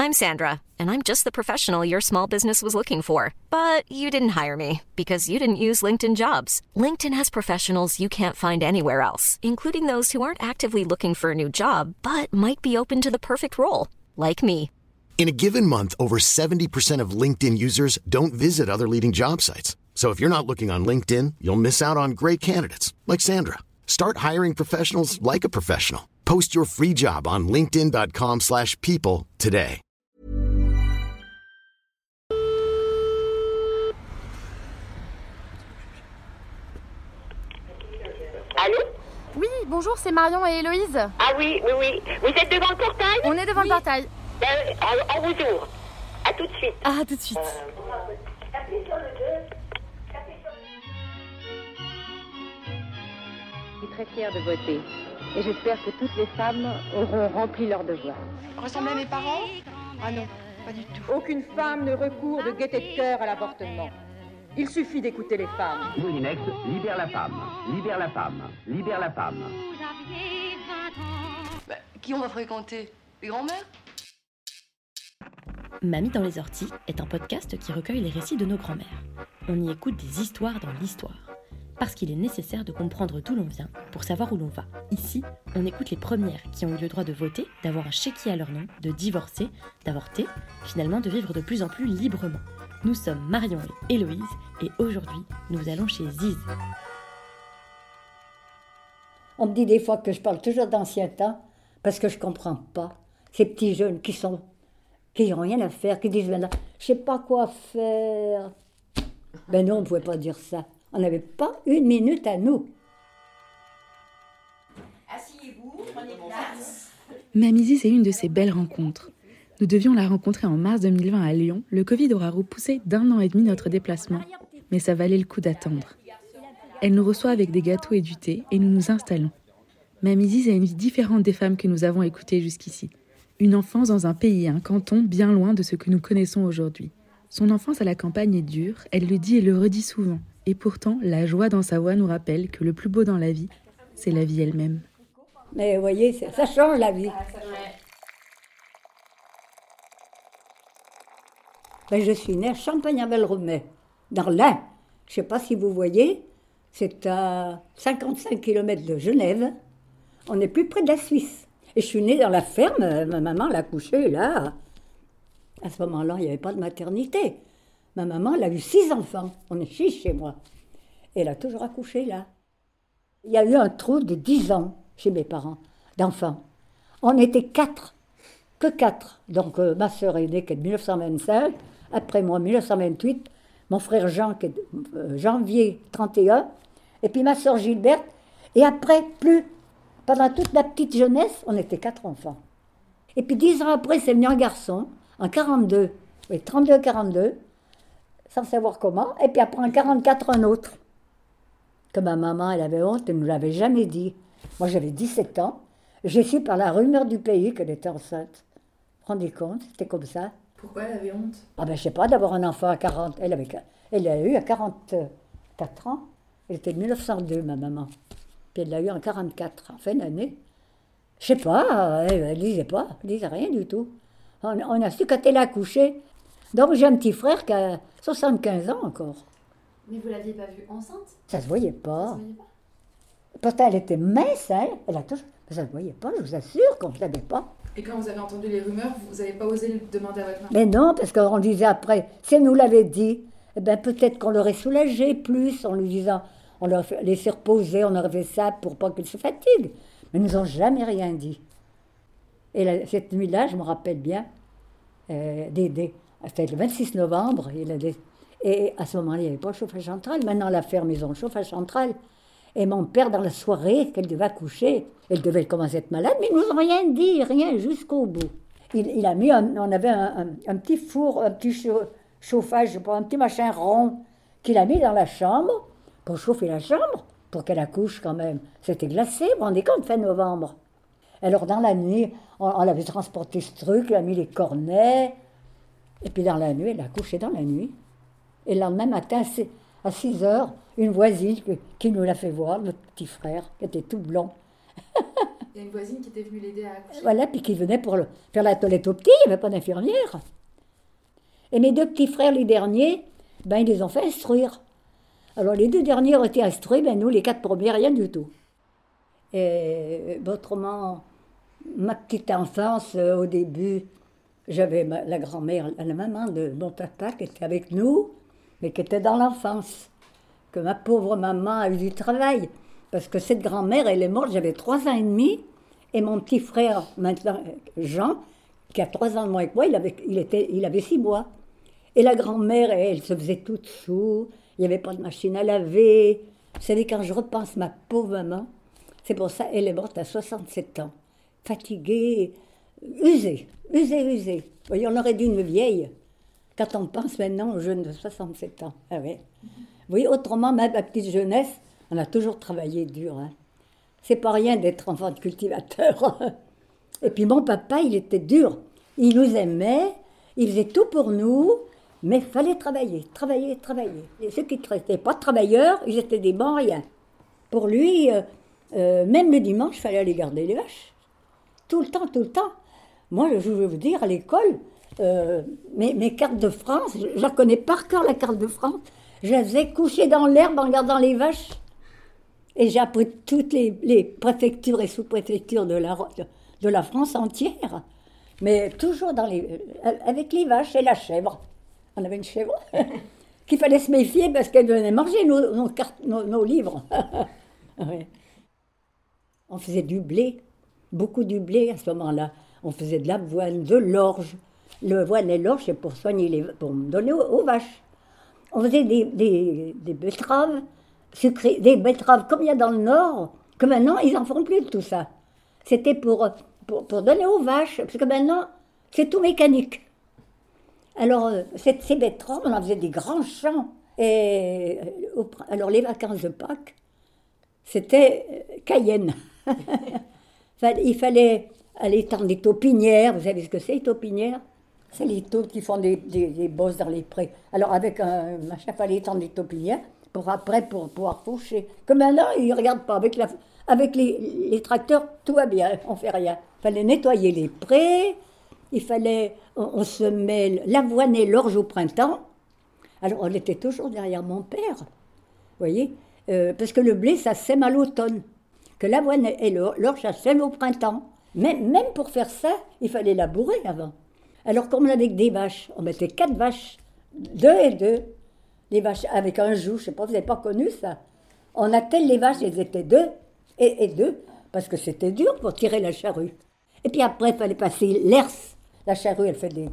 I'm Sandra, and I'm just the professional your small business was looking for. But you didn't hire me because you didn't use LinkedIn Jobs. LinkedIn has professionals you can't find anywhere else, including those who aren't actively looking for a new job, but might be open to the perfect role, like me. In a given month, over 70% of LinkedIn users don't visit other leading job sites. So if you're not looking on LinkedIn, you'll miss out on great candidates like Sandra. Start hiring professionals like a professional. Post your free job on linkedin.com/people today. Allô? Oui, bonjour, c'est Marion et Héloïse. Ah oui. Vous êtes devant le portail? On est devant le portail. On vous ouvre. À tout de suite. Ah, tout de suite. Je suis très fière de voter et j'espère que toutes les femmes auront rempli leur devoir. Ressemblez à mes parents? Ah non, pas du tout. Aucune femme ne recourt de gaieté de cœur à l'avortement. Il suffit d'écouter les femmes. Moulinex, libère la femme, libère la femme, libère la femme. Qui on va fréquenter? Les grands-mères? Mamie dans les orties est un podcast qui recueille les récits de nos grands-mères. On y écoute des histoires dans l'histoire. Parce qu'il est nécessaire de comprendre d'où l'on vient pour savoir où l'on va. Ici, on écoute les premières qui ont eu le droit de voter, d'avoir un chéquier à leur nom, de divorcer, d'avorter, finalement de vivre de plus en plus librement. Nous sommes Marion et Héloïse et aujourd'hui, nous allons chez Ziz. On me dit des fois que je parle toujours d'ancien temps parce que je ne comprends pas ces petits jeunes qui n'ont rien à faire, qui disent maintenant, je ne sais pas quoi faire. Ben non, on ne pouvait pas dire ça. On n'avait pas une minute à nous. Asseyez-vous, prenez place. Mamie Ziz est une de ces belles rencontres. Nous devions la rencontrer en mars 2020 à Lyon. Le Covid aura repoussé d'1 an et demi notre déplacement, mais ça valait le coup d'attendre. Elle nous reçoit avec des gâteaux et du thé et nous nous installons. Mamie Ziz a une vie différente des femmes que nous avons écoutées jusqu'ici. Une enfance dans un pays, un canton bien loin de ce que nous connaissons aujourd'hui. Son enfance à la campagne est dure, elle le dit et le redit souvent. Et pourtant, la joie dans sa voix nous rappelle que le plus beau dans la vie, c'est la vie elle-même. Mais vous voyez, ça change la vie. Ben, je suis née à Champagne-en-Velleromet, dans l'Ain. Je ne sais pas si vous voyez, c'est à 55 km de Genève. On est plus près de la Suisse. Et je suis née dans la ferme, ma maman l'a couchée là. À ce moment-là, il n'y avait pas de maternité. Ma maman, elle a eu 6 enfants. On est 6 chez moi. Et elle a toujours accouché là. Il y a eu un trou de 10 ans chez mes parents, d'enfants. On était 4, que 4. Donc ma sœur est née qui est de 1925, après moi 1928, mon frère Jean qui est de janvier 31, et puis ma sœur Gilberte. Et après, plus. Pendant toute ma petite jeunesse, on était 4 enfants. Et puis 10 ans après, c'est venu un garçon, en 42, oui, 32-42, sans savoir comment, et puis après en 44, un autre. Que ma maman, elle avait honte, elle ne nous l'avait jamais dit. Moi, j'avais 17 ans, j'ai su par la rumeur du pays qu'elle était enceinte. Vous vous rendez compte, c'était comme ça. Pourquoi elle avait honte? Ah ben, je sais pas, d'avoir un enfant à 40, elle a eu à 44 ans, elle était de 1902, ma maman. Puis elle l'a eu en 44, en fin d'année. Je sais pas, elle lisait pas, elle lisait rien du tout. On a su quand elle a accouché. Donc j'ai un petit frère qui a 75 ans encore. Mais vous l'aviez pas vue enceinte? Ça se voyait pas. Ça se voyait pas. Pourtant elle était mince, hein. Elle a toujours... Mais ça se voyait pas, je vous assure qu'on ne savait pas. Et quand vous avez entendu les rumeurs, vous n'avez pas osé le demander à votre maman? Mais non, parce qu'on disait après, si elle nous l'avait dit, eh ben peut-être qu'on l'aurait soulagé plus en lui disant, on l'aurait laissé reposer, on aurait fait ça pour pas qu'elle se fatigue. Mais ils nous ont jamais rien dit. Et cette nuit-là, je me rappelle bien, c'était le 26 novembre, et à ce moment-là, il n'y avait pas le chauffage central. Maintenant, la ferme, ils ont le chauffage central. Et mon père, dans la soirée, qu'elle devait accoucher, elle devait commencer à être malade, mais ils ne nous ont rien dit, rien, jusqu'au bout. Il a mis, on avait un petit four, un petit chauffage, je sais pas, un petit machin rond, qu'il a mis dans la chambre, pour chauffer la chambre, pour qu'elle accouche quand même. C'était glacé, vous vous rendez compte, fin novembre. Alors dans la nuit, on avait transporté ce truc, il a mis les cornets, et puis dans la nuit, elle a accouché dans la nuit. Et le lendemain matin, à 6 heures, une voisine qui nous l'a fait voir, notre petit frère, qui était tout blond. Il y a une voisine qui était venue l'aider à accoucher. Voilà, puis qui venait pour faire la toilette aux petits, il n'y avait pas d'infirmière. Et mes 2 petits frères, les derniers, ils les ont fait instruire. Alors les 2 derniers ont été instruits, nous, les 4 premiers, rien du tout. Et autrement, ma petite enfance, au début, j'avais la grand-mère, la maman de mon papa qui était avec nous, mais qui était dans l'enfance. Que ma pauvre maman a eu du travail. Parce que cette grand-mère, elle est morte, j'avais 3 ans et demi, et mon petit frère, maintenant, Jean, qui a 3 ans de moins que moi, il avait 6 mois. Et la grand-mère, elle se faisait toute sous, il n'y avait pas de machine à laver. Vous savez, quand je repense ma pauvre maman, c'est pour ça qu'elle est morte à 67 ans. Fatiguée, usée. Vous voyez, on aurait dit une vieille. Quand on pense maintenant aux jeunes de 67 ans. Ah ouais. Vous voyez, autrement, ma petite jeunesse, on a toujours travaillé dur. Hein. C'est pas rien d'être enfant de cultivateur. Et puis mon papa, il était dur. Il nous aimait, il faisait tout pour nous, mais il fallait travailler. Et ceux qui n'étaient pas travailleurs, ils étaient des bons riens. Pour lui, même le dimanche, il fallait aller garder les vaches. Tout le temps. Moi, je veux vous dire, à l'école, mes cartes de France, je la connais par cœur, la carte de France. Je les faisais coucher dans l'herbe en regardant les vaches. Et j'ai appris toutes les préfectures et sous-préfectures de la France entière. Mais toujours avec les vaches et la chèvre. On avait une chèvre qu'il fallait se méfier parce qu'elle venait manger nos livres. Ouais. On faisait du blé, beaucoup du blé à ce moment-là. On faisait de l'avoine, de l'orge. L'avoine et l'orge, c'est pour donner aux vaches. On faisait des betteraves sucrées, des betteraves comme il y a dans le Nord, que maintenant, ils n'en font plus de tout ça. C'était pour donner aux vaches, parce que maintenant, c'est tout mécanique. Alors, ces betteraves, on en faisait des grands champs. Et alors, les vacances de Pâques, c'était Cayenne. Il fallait aller tendre des taupinières. Vous savez ce que c'est, les taupinières? C'est les taupes qui font des bosses dans les prés. Alors, avec un machin, il fallait tendre des taupinières pour pouvoir faucher. Comme maintenant, ils ne regardent pas. Avec les tracteurs, tout va bien, on ne fait rien. Il fallait nettoyer les prés, on semait l'avoine et l'orge au printemps. Alors, on était toujours derrière mon père, vous voyez, parce que le blé, ça sème à l'automne, que l'avoine et l'orge, ça sème au printemps. Même pour faire ça, il fallait labourer avant. Alors, comme on avait des vaches, on mettait 4 vaches, 2 et 2, les vaches avec un joug, je ne sais pas, vous n'avez pas connu ça. On attelle les vaches, elles étaient 2 et 2, parce que c'était dur pour tirer la charrue. Et puis après, il fallait passer l'herse. La charrue, elle fait des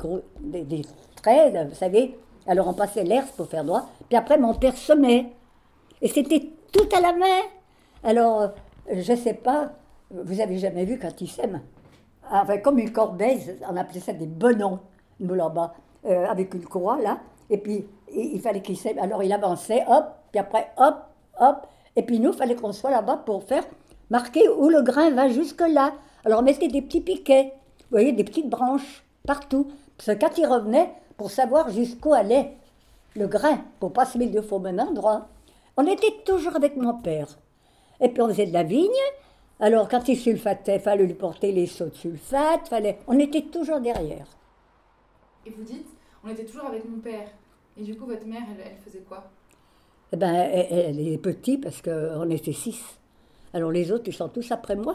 traits, vous savez. Alors on passait l'herse pour faire droit. Puis après, mon père semait. Et c'était tout à la main. Alors, je ne sais pas, vous avez jamais vu quand il sème. Enfin, comme une corbeille, on appelait ça des benons, nous là-bas, avec une croix, là. Et puis, il fallait qu'il sème. Alors, il avançait, hop, puis après, hop. Et puis, nous, il fallait qu'on soit là-bas pour faire marquer où le grain va jusque-là. Alors, on mettait des petits piquets, vous voyez, des petites branches, partout. Parce que quand il revenait, pour savoir jusqu'où allait le grain, pour ne pas se mettre de faux bon endroit. On était toujours avec mon père. Et puis, on faisait de la vigne. Alors, quand il sulfatait, il fallait lui porter les seaux de sulfate, on était toujours derrière. Et vous dites, on était toujours avec mon père. Et du coup, votre mère, elle faisait quoi? Eh ben, elle est petite parce qu'on était 6. Alors, les autres, ils sont tous après moi.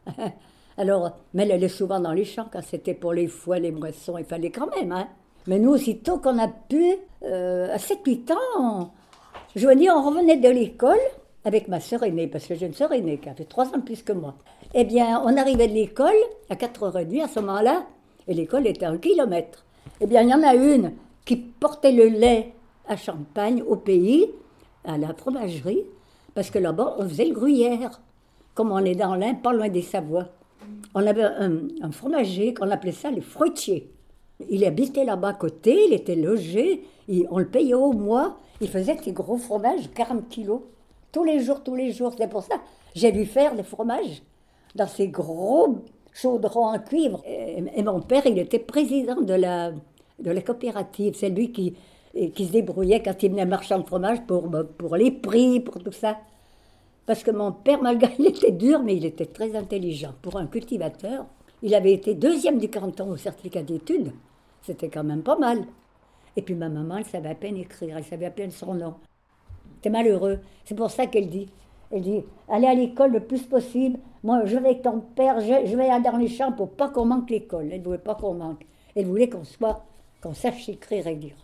Alors, mais elle est souvent dans les champs. Quand c'était pour les foies, les moissons, il fallait quand même. Hein. Mais nous, aussitôt qu'on a pu, à 7-8 ans, je veux dire, on revenait de l'école avec ma sœur aînée, parce que j'ai une sœur aînée qui a fait 3 ans de plus que moi. Eh bien, on arrivait de l'école à 4h30 à ce moment-là, et l'école était à 1 kilomètre. Eh bien, il y en a une qui portait le lait à Champagne, au pays, à la fromagerie, parce que là-bas, on faisait le gruyère. Comme on est dans l'Ain, pas loin des Savoies. On avait un fromager qu'on appelait ça le fruitier. Il habitait là-bas à côté, il était logé, on le payait au mois. Il faisait des gros fromages, 40 kilos, tous les jours. C'est pour ça j'ai dû faire des fromages dans ces gros chaudrons en cuivre. Et mon père, il était président de la coopérative. C'est lui qui se débrouillait quand il venait marchand de fromage pour les prix, pour tout ça. Parce que mon père, malgré il était dur, mais il était très intelligent. Pour un cultivateur, il avait été 2e du canton au certificat d'études. C'était quand même pas mal. Et puis ma maman, elle savait à peine écrire, elle savait à peine son nom. C'était malheureux. C'est pour ça qu'elle dit, allez à l'école le plus possible. Moi, je vais avec ton père, je vais aller dans les champs pour pas qu'on manque l'école. Elle ne voulait pas qu'on manque. Elle voulait qu'on sache écrire et lire.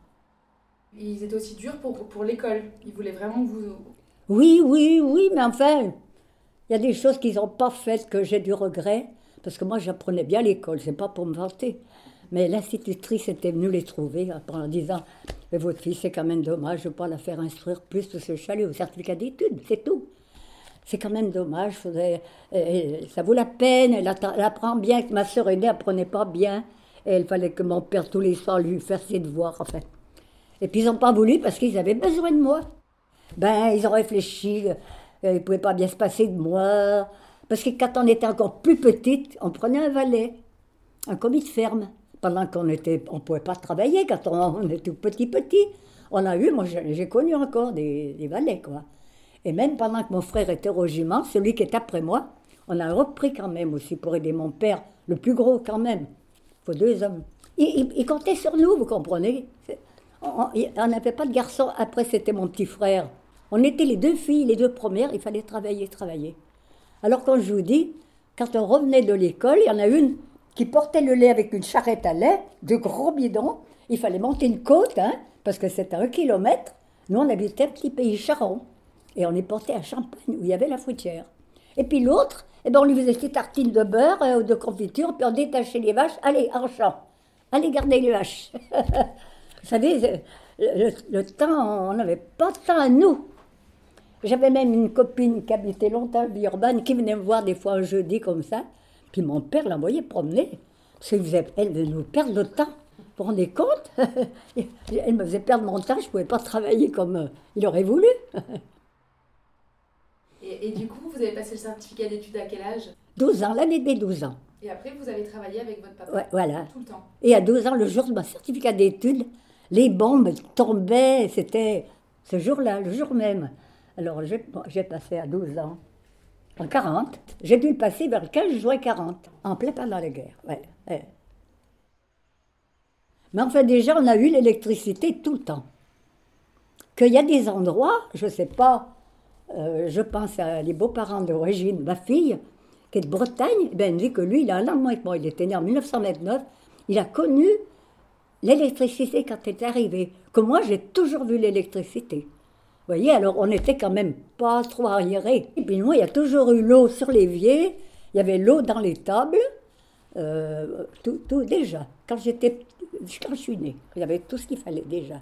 Ils étaient aussi durs pour l'école. Ils voulaient vraiment que vous... Oui, mais enfin, il y a des choses qu'ils n'ont pas faites que j'ai du regret. Parce que moi, j'apprenais bien à l'école, c'est pas pour me vanter. Mais l'institutrice était venue les trouver en disant « Mais votre fille, c'est quand même dommage, je ne veux pas la faire instruire plus parce que je suis allée au certificat d'études, c'est tout. C'est quand même dommage, ça vaut la peine, elle apprend bien. Ma sœur aînée apprenait pas bien, et il fallait que mon père tous les soirs lui fasse ses devoirs, enfin. Et puis ils n'ont pas voulu parce qu'ils avaient besoin de moi. Ils ont réfléchi, il ne pouvait pas bien se passer de moi. Parce que quand on était encore plus petite, on prenait un valet, un commis de ferme. Pendant qu'on ne pouvait pas travailler, quand on était tout petit. On a eu, moi j'ai connu encore des valets, quoi. Et même pendant que mon frère était au régiment, celui qui est après moi, on a repris quand même aussi pour aider mon père, le plus gros quand même. Il faut 2 hommes. Il comptait sur nous, vous comprenez. On n'avait pas de garçon, après c'était mon petit frère. On était les 2 filles, les 2 premières, il fallait travailler. Alors quand je vous dis, quand on revenait de l'école, il y en a une qui portait le lait avec une charrette à lait, de gros bidons. Il fallait monter une côte, parce que c'était 1 kilomètre. Nous, on habitait un petit pays charron. Et on est porté à Champagne, où il y avait la fruitière. Et puis l'autre, on lui faisait des tartines de beurre ou de confiture, puis on détachait les vaches. Allez, en champ. Allez, garder les vaches. Vous savez, le temps, on n'avait pas de temps à nous. J'avais même une copine qui habitait longtemps à Villeurbanne, qui venait me voir des fois un jeudi comme ça. Puis mon père l'envoyait promener. Parce qu'elle faisait nous perdre le temps. Vous vous rendez compte? Elle me faisait perdre mon temps, je ne pouvais pas travailler comme il aurait voulu. Et du coup, vous avez passé le certificat d'études à quel âge? 12 ans, l'année des 12 ans. Et après, vous avez travaillé avec votre papa? Ouais, voilà. Tout le temps. Et à 12 ans, le jour de ma certificat d'études, les bombes tombaient, c'était ce jour-là, le jour même. Alors j'ai passé à 12 ans, en 40. J'ai dû le passer vers le 15 juin 40, en plein pendant la guerre. Ouais. Mais enfin, déjà, on a eu l'électricité tout le temps. Qu'il y a des endroits, je ne sais pas, je pense à les beaux-parents d'origine, ma fille, qui est de Bretagne, elle dit que lui, il a un an de moins que moi, il était né en 1929, il a connu l'électricité quand elle est arrivée. Que moi, j'ai toujours vu l'électricité. Vous voyez, alors on n'était quand même pas trop arriérés. Et puis moi, il y a toujours eu l'eau sur l'évier, il y avait l'eau dans les tables, tout déjà. Quand je suis née, il y avait tout ce qu'il fallait déjà.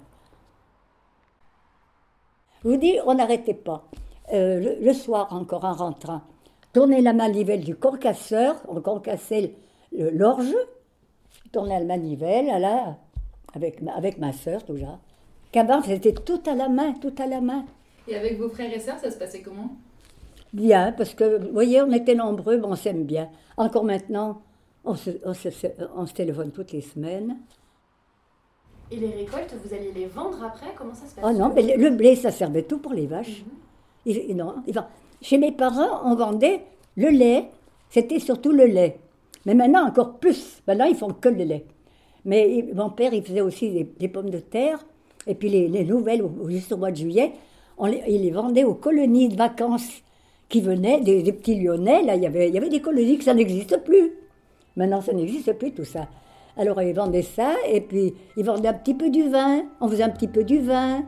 Je vous dis, on n'arrêtait pas. Le soir encore en rentrant, tourner la manivelle du concasseur, on concassait l'orge, tournait la manivelle, là, avec ma sœur toujours. Qu'avant, c'était tout à la main. Et avec vos frères et sœurs, ça se passait comment? Bien, parce que, vous voyez, on était nombreux, on s'aime bien. Encore maintenant, on se téléphone toutes les semaines. Et les récoltes, vous alliez les vendre après? Comment ça se passe? Oh non, mais le blé, ça servait tout pour les vaches. Chez mes parents, on vendait le lait, c'était surtout le lait. Mais maintenant, encore plus. Maintenant, ils font que le lait. Mais mon père, il faisait aussi des pommes de terre. Et puis les nouvelles, juste au mois de juillet, il les vendait aux colonies de vacances qui venaient, des petits Lyonnais. Là, il y avait des colonies que ça n'existe plus. Maintenant, ça n'existe plus, tout ça. Alors, ils vendaient ça, et puis ils vendaient un petit peu du vin. On faisait un petit peu du vin.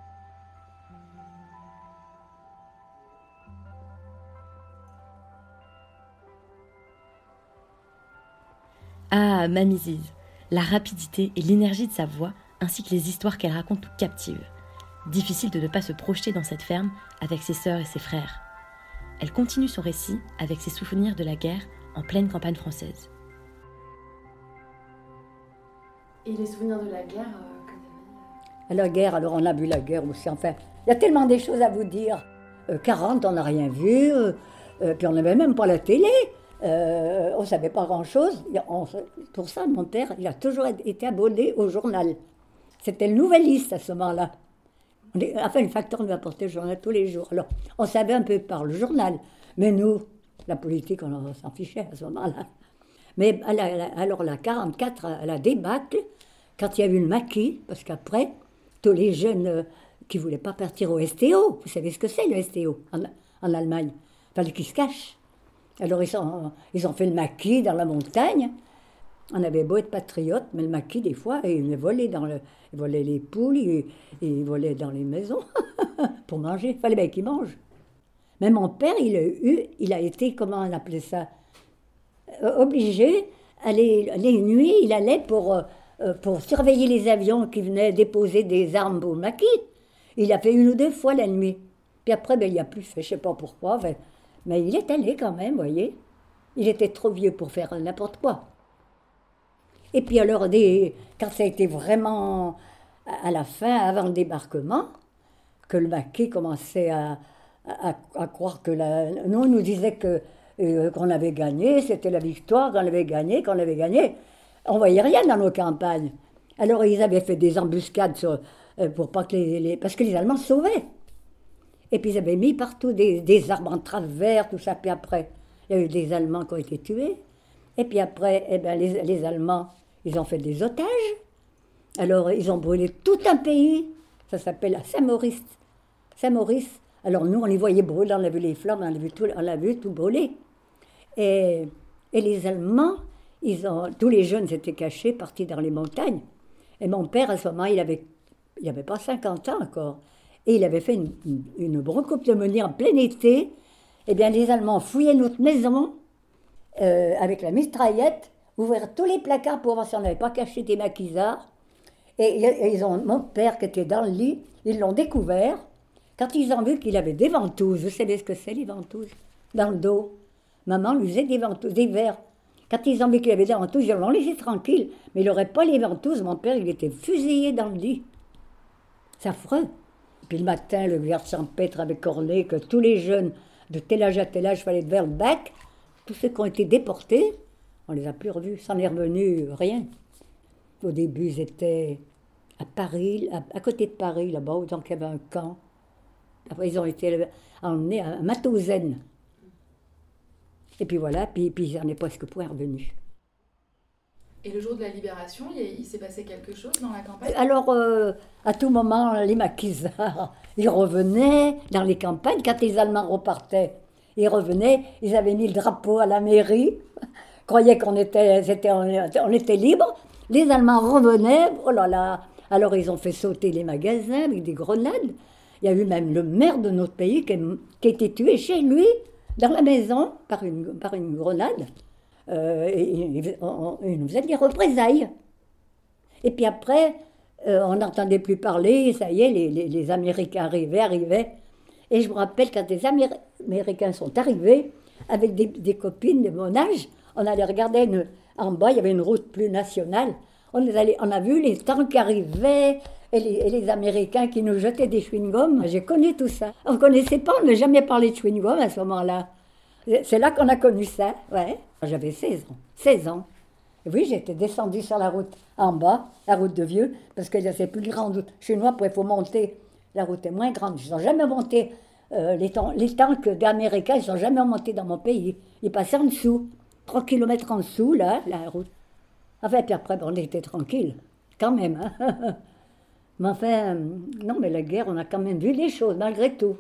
Ah, Mamie Ziz, la rapidité et l'énergie de sa voix, ainsi que les histoires qu'elle raconte nous captivent. Difficile de ne pas se projeter dans cette ferme avec ses sœurs et ses frères. Elle continue son récit avec ses souvenirs de la guerre en pleine campagne française. Et les souvenirs de la guerre La guerre, alors on a vu la guerre aussi, enfin, il y a tellement des choses à vous dire. 40, on n'a rien vu, puis on n'avait même pas la télé, on ne savait pas grand-chose. Pour ça, mon père, il a toujours été abonné au journal. C'était le Nouvelliste à ce moment-là. Enfin, le facteur nous apportait le journal tous les jours. Alors, on savait un peu par le journal. Mais nous, la politique, on s'en fichait à ce moment-là. Mais alors, la 44, à la débâcle, quand il y a eu le maquis, parce qu'après, tous les jeunes qui ne voulaient pas partir au STO, vous savez ce que c'est le STO en Allemagne, il fallait qu'ils se cachent. Alors, ils ont fait le maquis dans la montagne. On avait beau être patriotes, mais le maquis, des fois, il volait les poules, il volait dans les maisons pour manger. Il fallait bien qu'ils mangent. Mais mon père, il a été, comment on appelait ça, obligé, les nuits, il allait pour surveiller les avions qui venaient déposer des armes au maquis. Il a fait 1 ou 2 fois la nuit. Puis après, il n'a plus fait, je ne sais pas pourquoi, mais il est allé quand même, vous voyez. Il était trop vieux pour faire n'importe quoi. Et puis alors, quand ça a été vraiment à la fin, avant le débarquement, que le maquis commençait à croire que nous, on nous disait qu'on avait gagné, c'était la victoire, qu'on avait gagné. On ne voyait rien dans nos campagnes. Alors, ils avaient fait des embuscades pour pas que parce que les Allemands se sauvaient. Et puis, ils avaient mis partout des arbres en travers, tout ça. Puis après, il y a eu des Allemands qui ont été tués. Et puis après, les Allemands, ils ont fait des otages. Alors, ils ont brûlé tout un pays. Ça s'appelle Saint-Maurice. Saint-Maurice. Alors, nous, on les voyait brûler, on a vu les flammes, on l'a vu tout brûler. Et les Allemands, tous les jeunes s'étaient cachés, partis dans les montagnes. Et mon père, à ce moment, il avait pas 50 ans encore. Et il avait fait une bronchopneumonie en plein été. Eh bien, les Allemands fouillaient notre maison avec la mitraillette, ouvrir tous les placards pour voir si on n'avait pas caché des maquisards. Et mon père, qui était dans le lit, ils l'ont découvert. Quand ils ont vu qu'il avait des ventouses, vous savez ce que c'est, les ventouses? Dans le dos. Maman lui faisait des ventouses, des verres. Quand ils ont vu qu'il avait des ventouses, ils l'ont laissé tranquille. Mais il n'aurait pas les ventouses. Mon père, il était fusillé dans le lit. C'est affreux. Puis le matin, le garde champêtre avait corné que tous les jeunes de tel âge à tel âge fallait vers le bac. Tous ceux qui ont été déportés, on les a plus revus. Ça n'est revenu rien. Au début, ils étaient à Paris, à côté de Paris, là-bas, où donc il y avait un camp. Après, ils ont été emmenés à Matauzen. Et puis voilà, puis ils n'en est presque point revenus. Et le jour de la libération, il s'est passé quelque chose dans la campagne? Alors, à tout moment, les maquisards, ils revenaient dans les campagnes. Quand les Allemands repartaient, ils revenaient, ils avaient mis le drapeau à la mairie, croyaient qu'on était libres. Les Allemands revenaient, oh là là. Alors, ils ont fait sauter les magasins avec des grenades. Il y a eu même le maire de notre pays qui a été tué chez lui, dans la maison, par une grenade. Il nous faisait des représailles. Et puis après, on n'entendait plus parler, ça y est, les Américains arrivaient. Et je me rappelle quand les Américains sont arrivés, avec des copines de mon âge, on allait regarder en bas, il y avait une route plus nationale. On a vu les tanks qui arrivaient et les Américains qui nous jetaient des chewing-gums. J'ai connu tout ça. On ne connaissait pas, on n'a jamais parlé de chewing-gum à ce moment-là. C'est là qu'on a connu ça, ouais. J'avais 16 ans. 16 ans. Et oui, j'étais descendue sur la route en bas, la route de Vieux, parce que c'est plus grande route. Chez nous, après, il faut monter. La route est moins grande. Ils n'ont jamais monté. Les tanks d'Américains, ils ne sont jamais montés dans mon pays. Ils passaient en dessous. 3 kilomètres en dessous, là, la route. Enfin, puis après, on était tranquille. Quand même, hein. Mais enfin, non, mais la guerre, on a quand même vu des choses, malgré tout.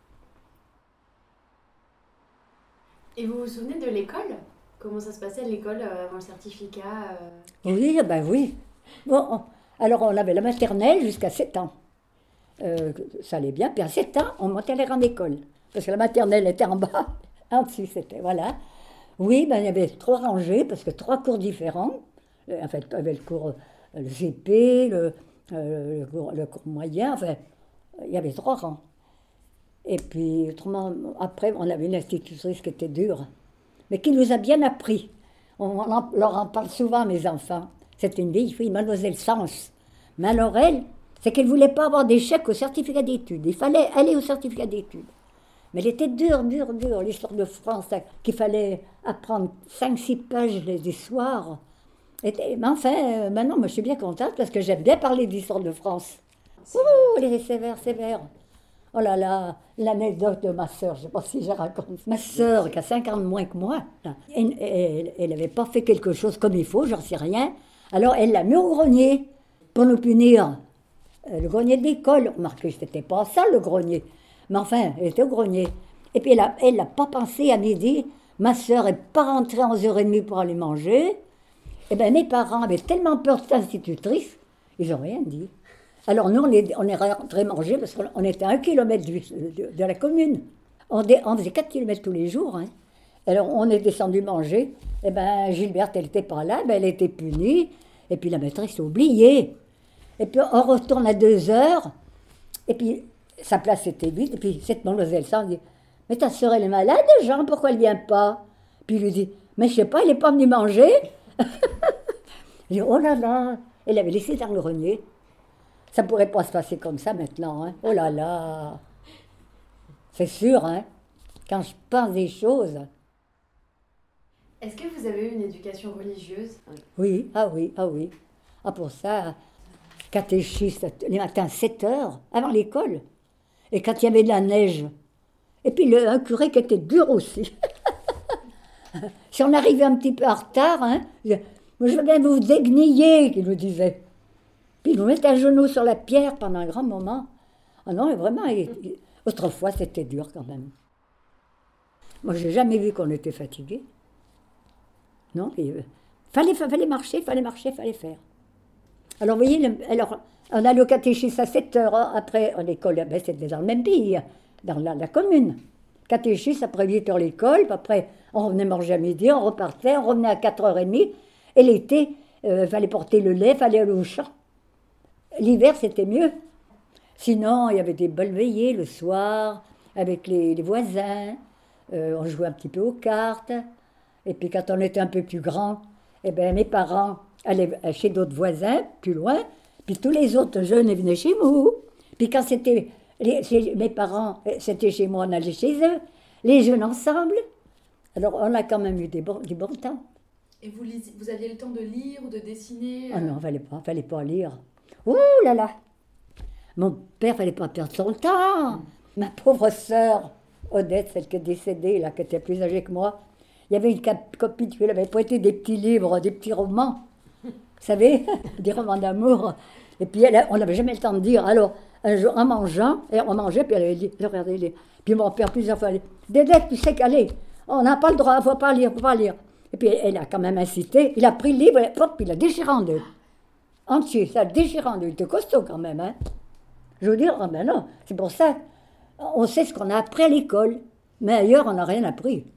Et vous vous souvenez de l'école? Comment ça se passait à l'école avant le certificat Oui, ben oui. Bon, alors on avait la maternelle jusqu'à 7 ans. Ça allait bien. Puis à 7 ans, on montait à la grande école. Parce que la maternelle était en bas. En dessous, c'était, voilà. Oui, ben il y avait 3 rangées, parce que 3 cours différents. En fait, il y avait le cours le CP, le cours moyen. Enfin, il y avait 3 rangs. Et puis, autrement, après, on avait une institutrice qui était dure, mais qui nous a bien appris. On leur en parle souvent, mes enfants. C'était une vieille fille, mademoiselle Sens. Mais alors elle, c'est qu'elle ne voulait pas avoir d'échec au certificat d'études. Il fallait aller au certificat d'études. Mais elle était dure, l'histoire de France, qu'il fallait apprendre 5-6 pages les soirs. Mais enfin, maintenant, moi, je suis bien contente parce que j'aime bien parler d'histoire de France. Ouh, elle était sévère, sévère. Oh là là, l'anecdote de ma sœur, je ne sais pas si je raconte. Ma sœur, qui a 5 ans de moins que moi, elle n'avait pas fait quelque chose comme il faut, j'en sais rien. Alors elle l'a mis au grenier pour nous punir. Le grenier de l'école, remarquez, c'était pas ça le grenier. Mais enfin, elle était au grenier. Et puis elle n'a pas pensé à midi. Ma sœur n'est pas rentrée à 11h30 pour aller manger. Et bien mes parents avaient tellement peur de cette institutrice, ils n'ont rien dit. Alors nous, on est rentrés manger parce qu'on était à 1 kilomètre de la commune. On faisait 4 kilomètres tous les jours. Hein. Alors on est descendu manger. Et bien Gilberte, elle n'était pas là, elle était punie. Et puis la maîtresse a oublié. Et puis on retourne à 2h. Et puis sa place était vide. Et puis cette mademoiselle ça dit « Mais ta sœur, elle est malade, Jean, pourquoi elle ne vient pas ?» Puis il lui dit « Mais je ne sais pas, elle n'est pas venue manger. » Je dis « Oh là là !» Elle avait laissé dans le grenier. Ça ne pourrait pas se passer comme ça maintenant. Hein. Oh là là. C'est sûr, hein. Quand je pense des choses. Est-ce que vous avez eu une éducation religieuse ? Oui, ah oui, ah oui. Ah pour ça, catéchisme, les matins 7h, avant l'école. Et quand il y avait de la neige. Et puis un curé qui était dur aussi. Si on arrivait un petit peu en retard, hein, je veux bien vous dégueniller, qu'il nous disait. Puis il nous mettait à genoux sur la pierre pendant un grand moment. Ah non, vraiment, autrefois, c'était dur quand même. Moi, je n'ai jamais vu qu'on était fatigué. Non, fallait marcher, fallait faire. Alors, vous voyez, on allait au catéchisme à 7h, après, en école, ben, c'était dans le même pays, dans la commune. Catéchisme, après 8h l'école, puis après, on revenait manger à midi, on repartait, on revenait à 4h30, et l'été, il fallait porter le lait, il fallait aller au champ. L'hiver, c'était mieux. Sinon, il y avait des belles veillées le soir, avec les voisins, on jouait un petit peu aux cartes, et puis quand on était un peu plus grand, eh ben, mes parents allaient chez d'autres voisins, plus loin, puis tous les autres jeunes venaient chez nous. Puis quand c'était mes parents, c'était chez moi, on allait chez eux, les jeunes ensemble. Alors on a quand même eu du bon temps. Et vous aviez le temps de lire ou de dessiner Ah non, fallait pas lire. Ouh là là. Mon père, fallait pas perdre son temps. Ma pauvre sœur, Odette, celle qui est décédée, là, qui était plus âgée que moi, il y avait une copine qui lui avait prêté des petits livres, des petits romans, vous savez, des romans d'amour. Et puis on n'avait jamais le temps de dire. Alors, un jour, en mangeant, et on mangeait, puis elle avait dit, regardez, puis mon père plusieurs fois, elle dit, Dédette, tu sais qu'allez, on n'a pas le droit, faut pas lire. Et puis elle a quand même incité, il a pris le livre, et hop, il l'a déchiré en deux. Entier, ça déchiré en deux, il était costaud quand même, hein. Je veux dire, ben non, c'est pour ça, on sait ce qu'on a appris à l'école, mais ailleurs, on n'a rien appris.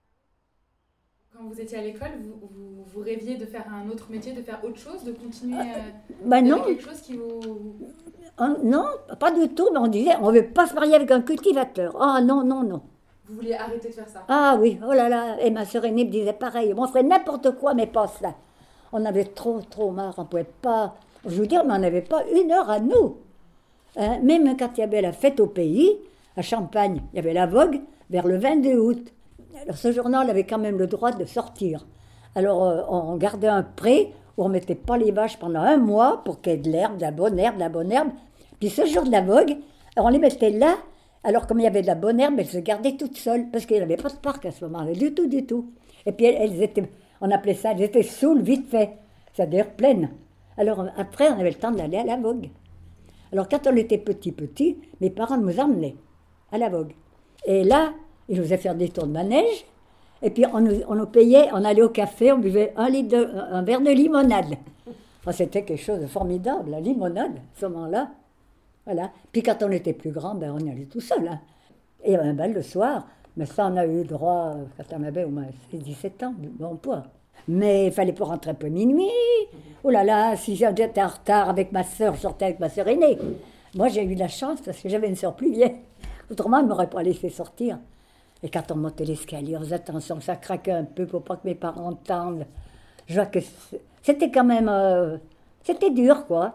Quand vous étiez à l'école, vous rêviez de faire un autre métier, de faire autre chose, de continuer non. quelque chose qui vous... Non, pas du tout, mais on disait, on ne veut pas se marier avec un cultivateur. Ah non. Vous vouliez arrêter de faire ça? Ah oui, oh là là, et ma sœur aînée me disait pareil, on ferait n'importe quoi, mais pas cela. On avait trop marre, on ne pouvait pas... Je veux dire, mais on n'avait pas une heure à nous. Hein, même quand il y avait la fête au pays, à Champagne, il y avait la vogue vers le 22 août. Alors ce jour-là, on avait quand même le droit de sortir. Alors on gardait un pré où on ne mettait pas les vaches pendant un mois pour qu'il y ait de l'herbe, de la bonne herbe. Puis ce jour de la vogue, on les mettait là. Alors comme il y avait de la bonne herbe, elles se gardaient toutes seules parce qu'il n'y avait pas de parc à ce moment-là, du tout. Et puis elles étaient, on appelait ça, elles étaient saoules vite fait, c'est-à-dire pleines. Alors après, on avait le temps d'aller à la vogue. Alors quand on était petit, mes parents nous emmenaient à la vogue. Et là, ils nous faisaient faire des tours de manège. Et puis on nous payait, on allait au café, on buvait un verre de limonade. Oh, c'était quelque chose de formidable, la limonade, à ce moment-là. Voilà. Puis quand on était plus grand, ben, on y allait tout seul. Hein. Et il y avait un bal le soir, mais ça on a eu droit quand on avait au moins 17 ans, de bon poids. Mais il fallait pas rentrer un peu minuit. Oh là là, si j'étais en retard avec ma sœur, je sortais avec ma sœur aînée. Moi j'ai eu de la chance parce que j'avais une sœur plus vieille. Autrement, elle ne m'aurait pas laissé sortir. Et quand on montait l'escalier, on faisait attention, ça craquait un peu pour pas que mes parents entendent. Je vois que c'était quand même... c'était dur, quoi.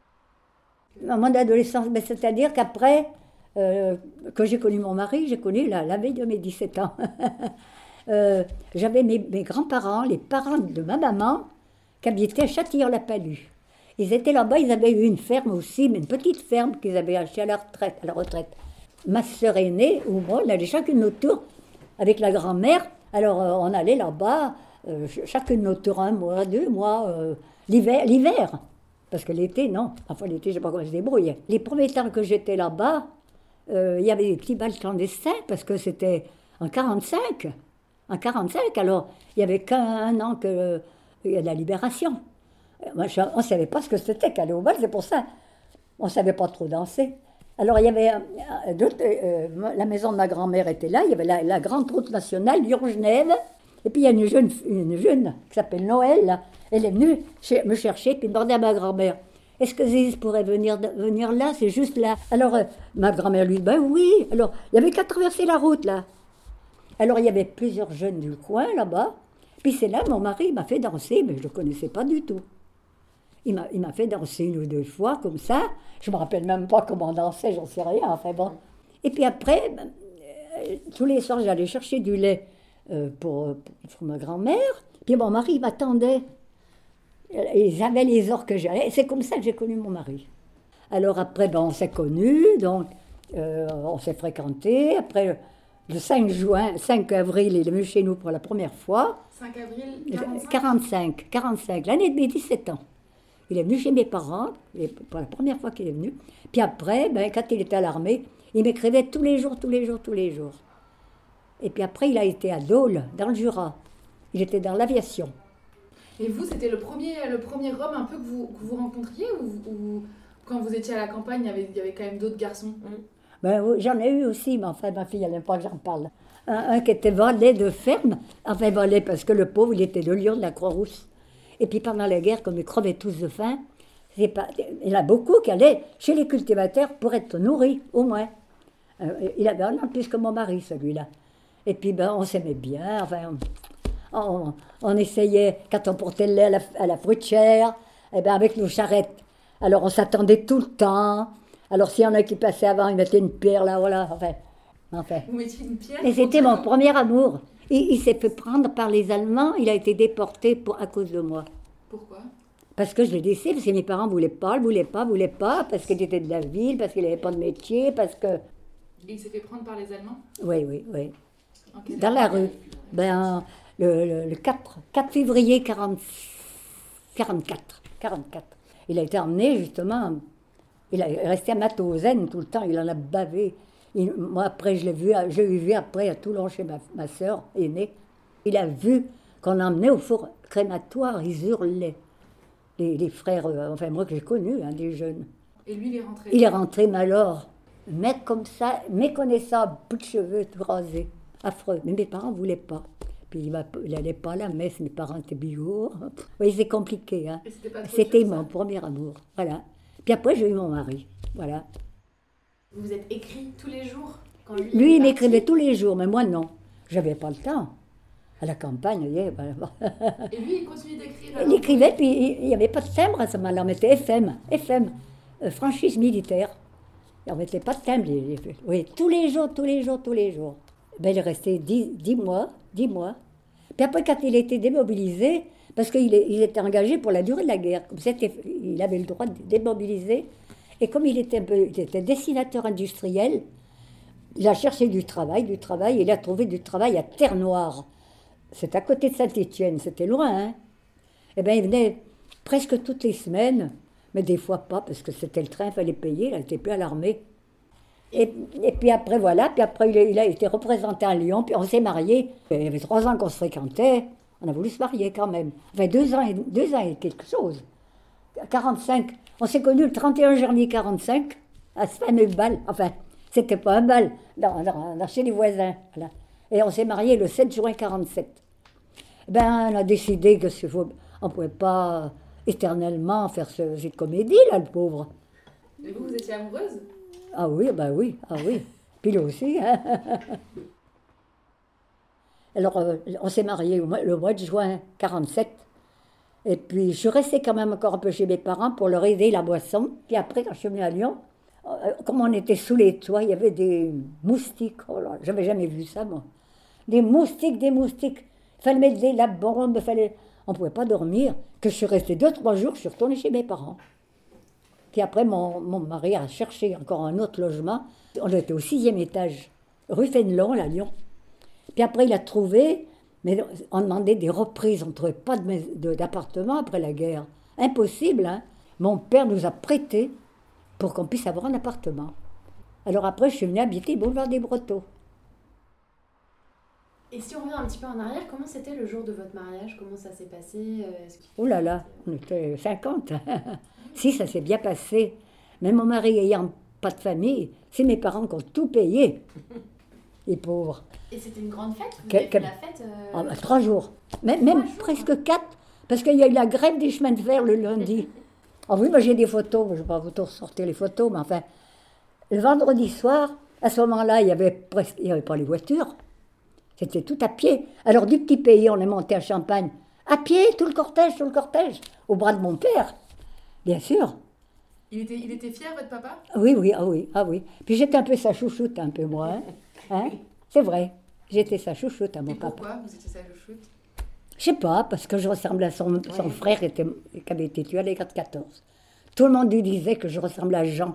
Mon adolescence, ben, c'est-à-dire qu'après que j'ai connu mon mari, j'ai connu la veille de mes 17 ans. J'avais mes grands-parents, les parents de ma maman, qui habitaient à Châtillon-la-Palue. Ils étaient là-bas, ils avaient eu une ferme aussi, mais une petite ferme qu'ils avaient achetée à la retraite. Ma sœur aînée, ou moi, on allait chacune notre tour avec la grand-mère. Alors on allait là-bas, chacune notre tour, 1 mois, 2 mois, l'hiver. Parce que l'été, non. Enfin, l'été, je ne sais pas comment se débrouiller. Les premiers temps que j'étais là-bas, il y avait des petits bals clandestins, parce que c'était en 45. En 45, alors, il n'y avait qu'un an que la libération. On ne savait pas ce que c'était qu'aller au bal, c'est pour ça. On ne savait pas trop danser. Alors, il y avait la maison de ma grand-mère était là, il y avait la grande route nationale, Lyon-Genève, et puis il y a une jeune qui s'appelle Noël, là. Elle est venue me chercher, puis demander à ma grand-mère, est-ce que Ziz pourrait venir là, c'est juste là. Alors, ma grand-mère lui dit, ben oui. Alors, il y avait qu'à traverser la route, là. Alors, il y avait plusieurs jeunes du coin, là-bas, puis c'est là, mon mari m'a fait danser, mais je ne le connaissais pas du tout. Il m'a fait danser 1 ou 2 fois, comme ça. Je ne me rappelle même pas comment on dansait, j'en sais rien, enfin bon. Et puis après, tous les soirs, j'allais chercher du lait pour ma grand-mère. Puis mon mari m'attendait. Ils avaient les heures que j'allais. C'est comme ça que j'ai connu mon mari. Alors après, on s'est connus, donc on s'est fréquentés. Après, le 5 avril, il est venu chez nous pour la première fois. 5 avril 45, l'année de mes 17 ans. Il est venu chez mes parents, pour la première fois qu'il est venu. Puis après, quand il était à l'armée, il m'écrivait tous les jours. Et puis après, il a été à Dole, dans le Jura. Il était dans l'aviation. Et vous, c'était le premier homme un peu que vous rencontriez ou quand vous étiez à la campagne, il y avait quand même d'autres garçons? J'en ai eu aussi, mais enfin, ma fille, elle n'aime pas que j'en parle. Un qui était valet de ferme, enfin valet parce que le pauvre, il était le lion de la Croix-Rousse. Et puis pendant la guerre, comme ils crevaient tous de faim, il y en a beaucoup qui allaient chez les cultivateurs pour être nourris, au moins. Il avait un an de plus que mon mari, celui-là. Et puis on s'aimait bien, enfin, on essayait, quand on portait le lait à la fruitière, avec nos charrettes. Alors on s'attendait tout le temps. Alors s'il y en a qui passaient avant, ils mettaient une pierre là, voilà, enfin. Vous mettiez une pierre? Et c'était mon premier amour. Il s'est fait prendre par les Allemands, il a été déporté à cause de moi. Pourquoi? Parce que je l'ai laissé, parce que mes parents ne voulaient pas, parce qu'il était de la ville, parce qu'il n'avait pas de métier, parce que... Et il s'est fait prendre par les Allemands? Oui. Okay. Dans la rue. Le 4 février 44. Il a été emmené, justement, il est resté à Matauzen tout le temps, il en a bavé. Moi, après, j'ai vu après à Toulon chez ma sœur aînée. Il a vu qu'on emmenait au four crématoire, ils hurlaient. Les frères, moi que j'ai connus, des jeunes. Et lui, il est rentré? Il est rentré, mais alors, mec comme ça, méconnaissable, bout de cheveux, tout rasé, affreux. Mais mes parents ne voulaient pas. Puis il n'allait pas à la messe, mes parents étaient bio. Oui, c'est compliqué. C'était mon premier amour, voilà. Puis après, j'ai eu mon mari, voilà. Vous vous êtes écrit tous les jours quand lui il m'écrivait tous les jours, mais moi, non. J'avais pas le temps. À la campagne, Et lui, il continuait d'écrire? Il écrivait, puis il n'y avait pas de timbre à ce moment-là. On mettait FM, franchise militaire. Et on ne mettait pas de timbre. Oui, tous les jours. Il est resté 10 mois. Puis après, quand il était démobilisé, parce qu'il était engagé pour la durée de la guerre, comme il avait le droit de démobiliser. Et comme il était dessinateur industriel, il a cherché du travail, et il a trouvé du travail à Terre-Noire. C'est à côté de Saint-Étienne, c'était loin, hein. Il venait presque toutes les semaines, mais des fois pas, parce que c'était le train, il fallait payer, il n'était plus à l'armée. Et puis après, voilà, il a été représenté à Lyon, puis on s'est mariés. Il y avait 3 ans qu'on se fréquentait, on a voulu se marier quand même. Enfin, 2 ans et quelque chose. 45, on s'est connus le 31 janvier 45, à ce fameux bal. Enfin, c'était pas un bal, chez les voisins. Voilà. Et on s'est mariés le 7 juin 47. On a décidé qu'on ne pouvait pas éternellement faire cette comédie, là, le pauvre. Et vous étiez amoureuse? Ah oui. Puis lui aussi. Hein. Alors, on s'est mariés le mois de juin 47. Et puis, je suis restée quand même encore un peu chez mes parents pour leur aider la boisson. Puis après, quand je suis venue à Lyon, comme on était sous les toits, il y avait des moustiques. Oh là, j'avais jamais vu ça, moi. Des moustiques. Il fallait mettre la bombe, on ne pouvait pas dormir, que je suis restée 2-3 jours, je suis retournée chez mes parents. Puis après, mon mari a cherché encore un autre logement. On était au 6e étage, rue Fénelon, à Lyon. Puis après, il a trouvé, mais on demandait des reprises, on ne trouvait pas d'appartement après la guerre. Impossible, hein. Mon père nous a prêté pour qu'on puisse avoir un appartement. Alors après, je suis venue habiter Boulevard des Brotteaux. Et si on revient un petit peu en arrière, comment c'était le jour de votre mariage? Comment ça s'est passé? Oh là là, on était 50. Si, ça s'est bien passé. Mais mon mari ayant pas de famille, c'est mes parents qui ont tout payé. Les pauvres. Et c'était une grande fête? Vous avez fait la fête 3 jours. Même jours, presque 4, parce qu'il y a eu la grève des chemins de fer le lundi. Ah oui, moi j'ai des photos, je ne vais pas vous ressortir les photos, mais enfin, le vendredi soir, à ce moment-là, il n'y avait pas les voitures. C'était tout à pied. Alors du petit pays, on est monté à Champagne. À pied, tout le cortège, au bras de mon père, bien sûr. Il était fier, votre papa? Oui. Puis j'étais un peu sa chouchoute, un peu moi. Hein? C'est vrai, j'étais sa chouchoute à mon papa. Pourquoi vous étiez sa chouchoute? Je sais pas, parce que je ressemblais à son frère qui avait été tué à la guerre de 14. Tout le monde lui disait que je ressemblais à Jean,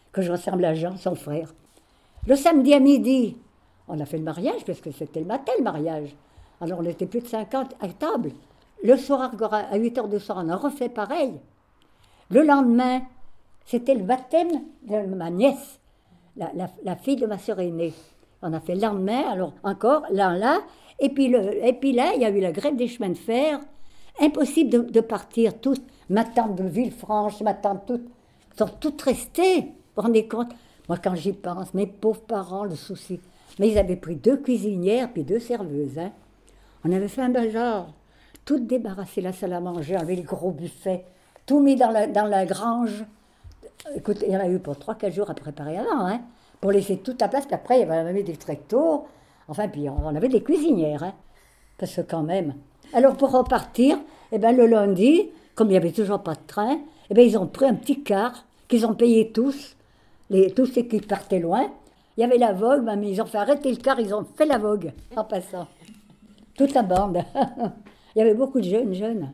son frère. Le samedi à midi, on a fait le mariage, parce que c'était le matin, le mariage. Alors on était plus de 50 à table. Le soir, à 8h du soir, on a refait pareil. Le lendemain, c'était le baptême de ma nièce, la fille de ma sœur aînée. On a fait le lendemain, alors encore, là. Et puis là, il y a eu la grève des chemins de fer. Impossible de partir toutes. Ma tante de Villefranche, ma tante, toutes sont toutes restées. Vous vous rendez compte? Moi, quand j'y pense, mes pauvres parents, le souci. Mais ils avaient pris 2 cuisinières puis 2 serveuses. Hein. On avait fait un bazar. Tout débarrassé la salle à manger, avec les gros buffets. Tout mis dans la grange. Écoute, il y en a eu pour 3-4 jours à préparer avant, hein, pour laisser toute la place. Puis après, il y avait des tractos. Enfin, puis on avait des cuisinières. Hein, parce que quand même. Alors, pour repartir, le lundi, comme il n'y avait toujours pas de train, ils ont pris un petit car qu'ils ont payé tous ceux qui partaient loin. Il y avait la vogue, mais ils ont fait arrêter le car, ils ont fait la vogue en passant. Toute la bande. Il y avait beaucoup de jeunes.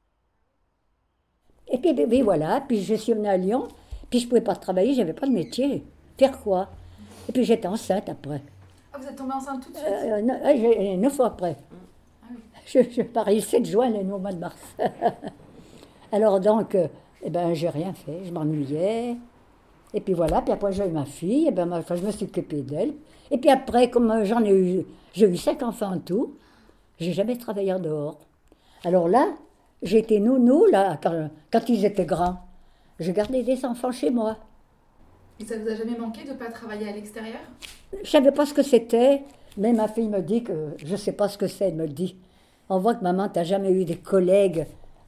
Et puis voilà, puis je suis venue à Lyon, puis je ne pouvais pas travailler, je n'avais pas de métier. Faire quoi? Et puis j'étais enceinte après. Ah, vous êtes tombée enceinte tout de suite? 9 fois après. Ah oui. Je parie le 7 juin, et nous au mois de mars. Alors donc, j'ai rien fait, je m'ennuyais. Et puis voilà, puis après j'ai eu ma fille, je me suis occupée d'elle. Et puis après, comme j'ai eu 5 enfants en tout, j'ai jamais travaillé en dehors. Alors là, j'ai été nounou, là, quand ils étaient grands. Je gardais des enfants chez moi. Et ça vous a jamais manqué de ne pas travailler à l'extérieur? Je ne savais pas ce que c'était, mais ma fille me dit que je ne sais pas ce que c'est, elle me le dit. On voit que maman, tu n'as jamais eu des collègues,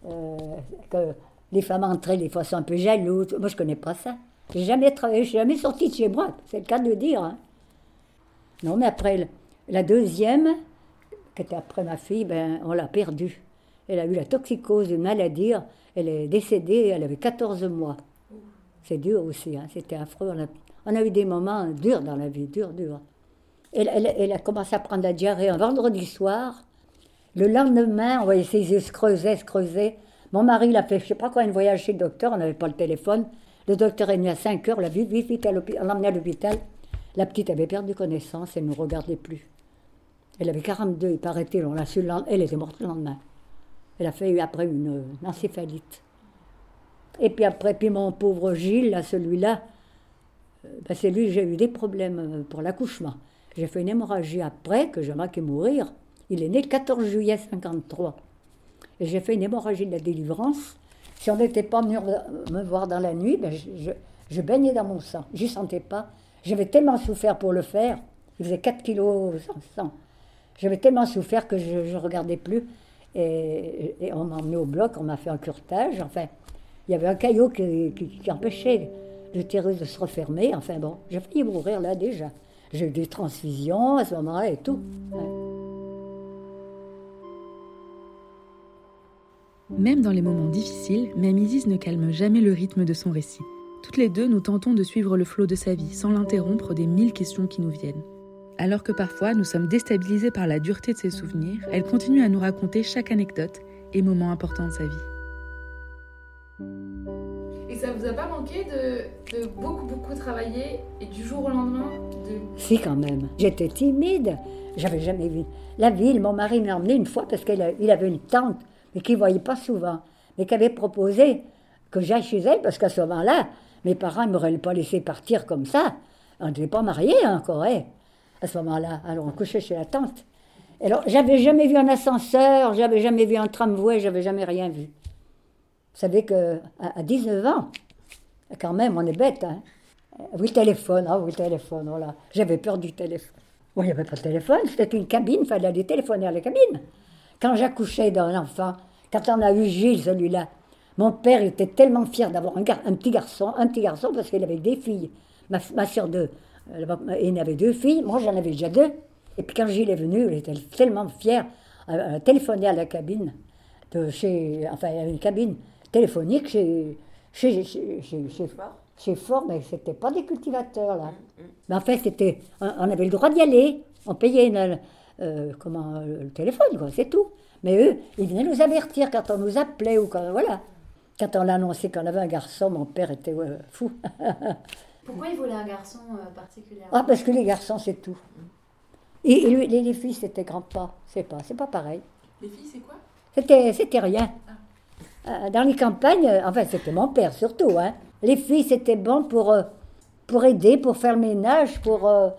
que les femmes entraient, des fois, sont un peu jalouses. Moi, je ne connais pas ça. Je n'ai jamais travaillé, je ne suis jamais sortie de chez moi, c'est le cas de le dire. Hein. Non, mais après, la deuxième, qui était après ma fille, on l'a perdue. Elle a eu la toxicose, une maladie. Elle est décédée, elle avait 14 mois. C'est dur aussi, hein, c'était affreux. On a eu des moments durs dans la vie, durs. Elle a commencé à prendre la diarrhée un vendredi soir. Le lendemain, on voyait ses yeux se creuser. Mon mari l'a fait, je ne sais pas quoi, un voyage chez le docteur, on n'avait pas le téléphone. Le docteur est venu à 5 heures, vite, on l'a emmenée à l'hôpital. La petite avait perdu connaissance, elle ne nous regardait plus. Elle avait 42, il paraît-il, on l'a su, elle était morte le lendemain. Elle a fait après une encéphalite. Et puis après, mon pauvre Gilles, là, celui-là, c'est lui, j'ai eu des problèmes pour l'accouchement. J'ai fait une hémorragie après, que j'ai manqué mourir. Il est né le 14 juillet 1953. Et j'ai fait une hémorragie de la délivrance. Si on n'était pas venu me voir dans la nuit, je baignais dans mon sang. Je ne sentais pas. J'avais tellement souffert pour le faire. Il faisait 4 kilos sans sang. J'avais tellement souffert que je ne regardais plus. Et on m'a emmené au bloc, on m'a fait un curetage. Enfin, il y avait un caillot qui empêchait l'utérus de se refermer. Enfin bon, j'ai failli mourir là déjà. J'ai eu des transfusions à ce moment-là et tout. Ouais. Même dans les moments difficiles, Mame Isis ne calme jamais le rythme de son récit. Toutes les deux, nous tentons de suivre le flot de sa vie, sans l'interrompre des 1000 questions qui nous viennent. Alors que parfois, nous sommes déstabilisés par la dureté de ses souvenirs, elle continue à nous raconter chaque anecdote et moments importants de sa vie. Et ça vous a pas manqué de beaucoup travailler et du jour au lendemain Si, quand même. J'étais timide. J'avais jamais vu la ville. Mon mari m'a emmené une fois parce qu'il avait une tante, mais qu'il ne voyait pas souvent, mais qui avait proposé que j'aille chez elle parce qu'à ce moment-là, mes parents ne m'auraient pas laissé partir comme ça. On n'était pas mariés encore, hein, à ce moment-là. Alors on couchait chez la tante. Alors j'avais jamais vu un ascenseur, j'avais jamais vu un tramway, j'avais jamais rien vu. Vous savez qu'à 19 ans, quand même, on est bête, hein. Oui, le téléphone, voilà. J'avais peur du téléphone. Bon, il n'y avait pas de téléphone, c'était une cabine, il fallait aller téléphoner à la cabine. Quand j'accouchais d'un enfant, quand on a eu Gilles, celui-là, mon père était tellement fier d'avoir un petit garçon parce qu'il avait des filles. Ma soeur, il avait 2 filles, moi j'en avais déjà 2. Et puis quand Gilles est venu, il était tellement fier, téléphoner à la cabine, il y avait une cabine téléphonique chez Ford, mais c'était pas des cultivateurs là. Mais en fait, on avait le droit d'y aller, on payait le téléphone, quoi, c'est tout. Mais eux, ils venaient nous avertir quand on nous appelait ou quand, voilà. Quand on a annoncé qu'on avait un garçon, mon père était fou. Pourquoi il voulait un garçon particulièrement? Ah, parce que les garçons, c'est tout. Et les filles, c'était grand-pas. C'est pas pareil. Les filles, c'est quoi? C'était rien. Dans les campagnes, enfin, c'était mon père surtout, hein. Les filles, c'était bon pour aider, pour faire le ménage, pour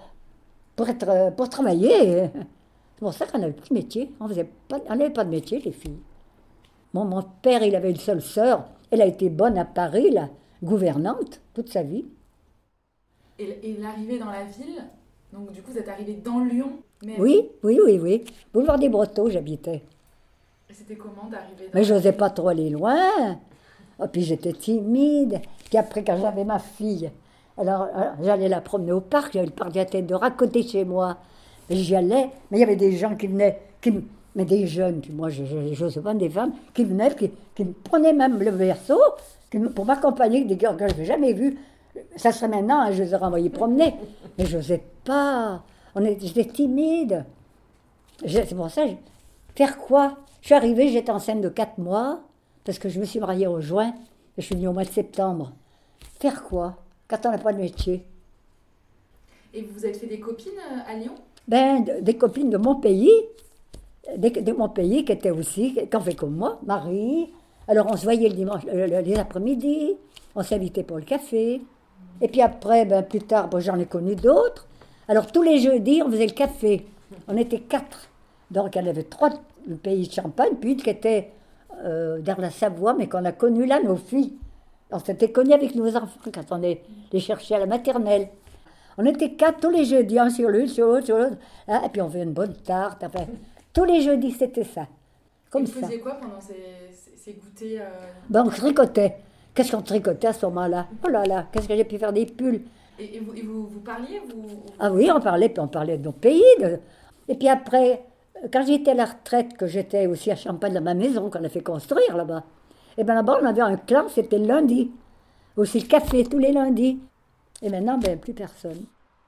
travailler. C'est pour ça qu'on n'avait plus de métier. On n'avait pas de métier, les filles. Mon père, il avait une seule sœur. Elle a été bonne à Paris, là, gouvernante, toute sa vie. Et l'arrivée dans la ville, donc du coup, vous êtes arrivé dans Lyon même. Oui. Boulevard des Brotteaux, j'habitais. Et c'était comment d'arriver dans Mais je n'osais pas trop aller loin. Et puis j'étais timide. Puis après, quand j'avais ma fille, alors j'allais la promener au parc. J'avais le parc de la Tête d'Or à côté de chez moi. Et j'y allais. Mais il y avait des gens qui venaient, mais des jeunes, puis moi je n'osais pas, des femmes, qui venaient, qui me prenaient même le berceau pour m'accompagner, des gars que je n'avais jamais vus. Ça serait maintenant, hein, je les aurais envoyés promener. Mais je n'osais pas. J'étais timide. C'est pour ça, faire quoi? Je suis arrivée, j'étais enceinte de 4 mois, parce que je me suis mariée en juin, et je suis venue au mois de septembre. Faire quoi quand on n'a pas de métier? Et vous vous êtes fait des copines à Lyon? Des copines de mon pays, de mon pays qui étaient aussi, qui ont fait comme moi, Marie. Alors on se voyait le dimanche, les après-midi, on s'invitait pour le café. Et puis après, plus tard, j'en ai connu d'autres. Alors tous les jeudis, on faisait le café. On était 4. Donc il y en avait 3 du pays de Champagne, puis une qui était dans la Savoie, mais qu'on a connu là, nos filles. On s'était connus avec nos enfants quand on les cherchait à la maternelle. On était 4 tous les jeudis, un sur l'une, sur l'autre, et puis on faisait une bonne tarte. Enfin, tous les jeudis, c'était ça. Comme ça. Vous faisiez quoi pendant ces goûters On tricotait. Qu'est-ce qu'on tricotait à ce moment-là? Oh là là, qu'est-ce que j'ai pu faire des pulls. Et vous parliez Ah oui, on parlait de nos pays. Et puis après, quand j'étais à la retraite, que j'étais aussi à Champagne, dans ma maison, qu'on a fait construire là-bas, et bien là-bas, on avait un clan, c'était le lundi. Aussi le café, tous les lundis. Et maintenant, plus personne.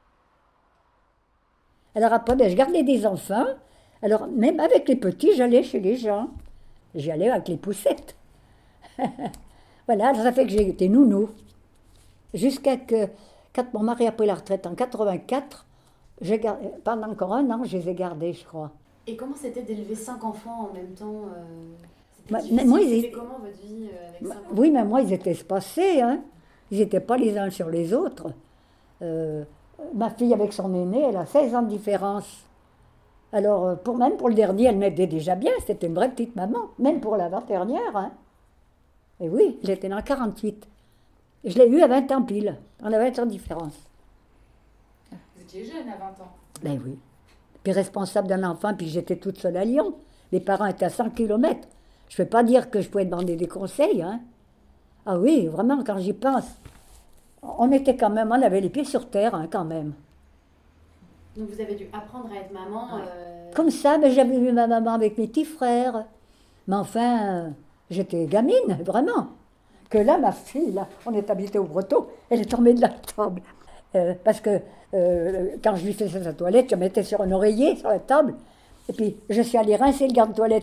Alors après, je gardais des enfants. Alors, même avec les petits, j'allais chez les gens. J'y allais avec les poussettes. Voilà, ça fait que j'ai été nounou. Jusqu'à que, quand mon mari a pris la retraite en 84, pendant encore 1 an, je les ai gardés, je crois. Et comment c'était d'élever 5 enfants en même temps C'était comment votre vie avec 5 enfants? Oui, mais moi, ils étaient espacés, hein. Ils n'étaient pas les uns sur les autres. Ma fille avec son aîné, elle a 16 ans de différence. Alors, même pour le dernier, elle m'aidait déjà bien. C'était une vraie petite maman, même pour l'avant-dernière. Hein. Et oui, j'étais dans 48. Et je l'ai eu à 20 ans pile. On avait 20 ans de différence. Vous étiez jeune à 20 ans? Ben oui. Puis responsable d'un enfant, puis j'étais toute seule à Lyon. Les parents étaient à 100 km. Je ne peux pas dire que je pouvais demander des conseils. Hein. Ah oui, vraiment, quand j'y pense, on avait les pieds sur terre, hein, quand même. Donc vous avez dû apprendre à être maman Comme ça, j'avais vu ma maman avec mes petits frères. Mais enfin, j'étais gamine, vraiment. Que là, ma fille, là, on est habité au Breton, elle est tombée de la table. Parce que quand je lui faisais sa toilette, je mettais sur un oreiller, sur la table. Et puis, je suis allée rincer le garde-toilette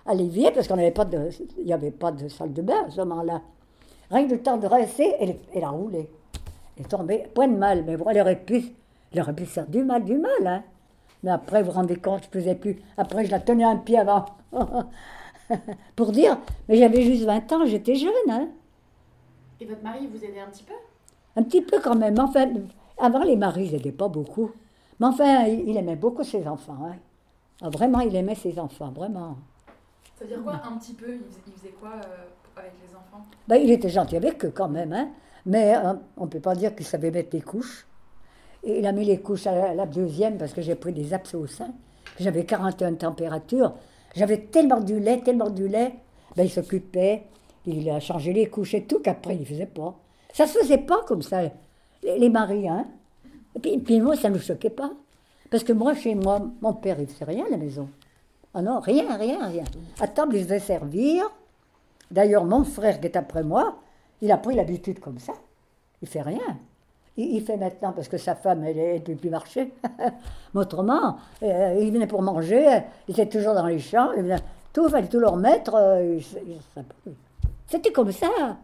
à l'évier, parce qu'il n'y avait pas de salle de bain à ce moment-là. Rien que le temps de rincer, elle a roulé. Elle est tombée, point de mal, mais bon, elle aurait pu faire du mal, hein. Mais après, vous vous rendez compte, je ne faisais plus. Après, je la tenais un pied avant. Pour dire, mais j'avais juste 20 ans, j'étais jeune, hein. Et votre mari vous aidait un petit peu? Un petit peu quand même. Enfin, avant, les maris n'aidaient pas beaucoup. Mais enfin, il aimait beaucoup ses enfants, hein. Ah, vraiment, il aimait ses enfants, vraiment. Ça veut dire quoi, un petit peu? Il faisait quoi avec les enfants? Ben, il était gentil avec eux quand même, hein. Mais on ne peut pas dire qu'il savait mettre les couches. Et il a mis les couches à la deuxième parce que j'ai pris des abcès au sein. J'avais 41 de température. J'avais tellement du lait. Ben, il s'occupait, il a changé les couches et tout, qu'après il ne faisait pas. Ça ne se faisait pas comme ça, les maris, hein. Et puis moi, ça ne me choquait pas. Parce que moi, chez moi, mon père, il ne faisait rien à la maison. Ah non, rien. À table, il devait servir. D'ailleurs, mon frère qui est après moi, il a pris l'habitude comme ça. Il ne fait rien. Il fait maintenant parce que sa femme, elle ne peut plus marcher. Mais autrement, il venait pour manger, il était toujours dans les champs, il fallait tout leur mettre. C'était comme ça.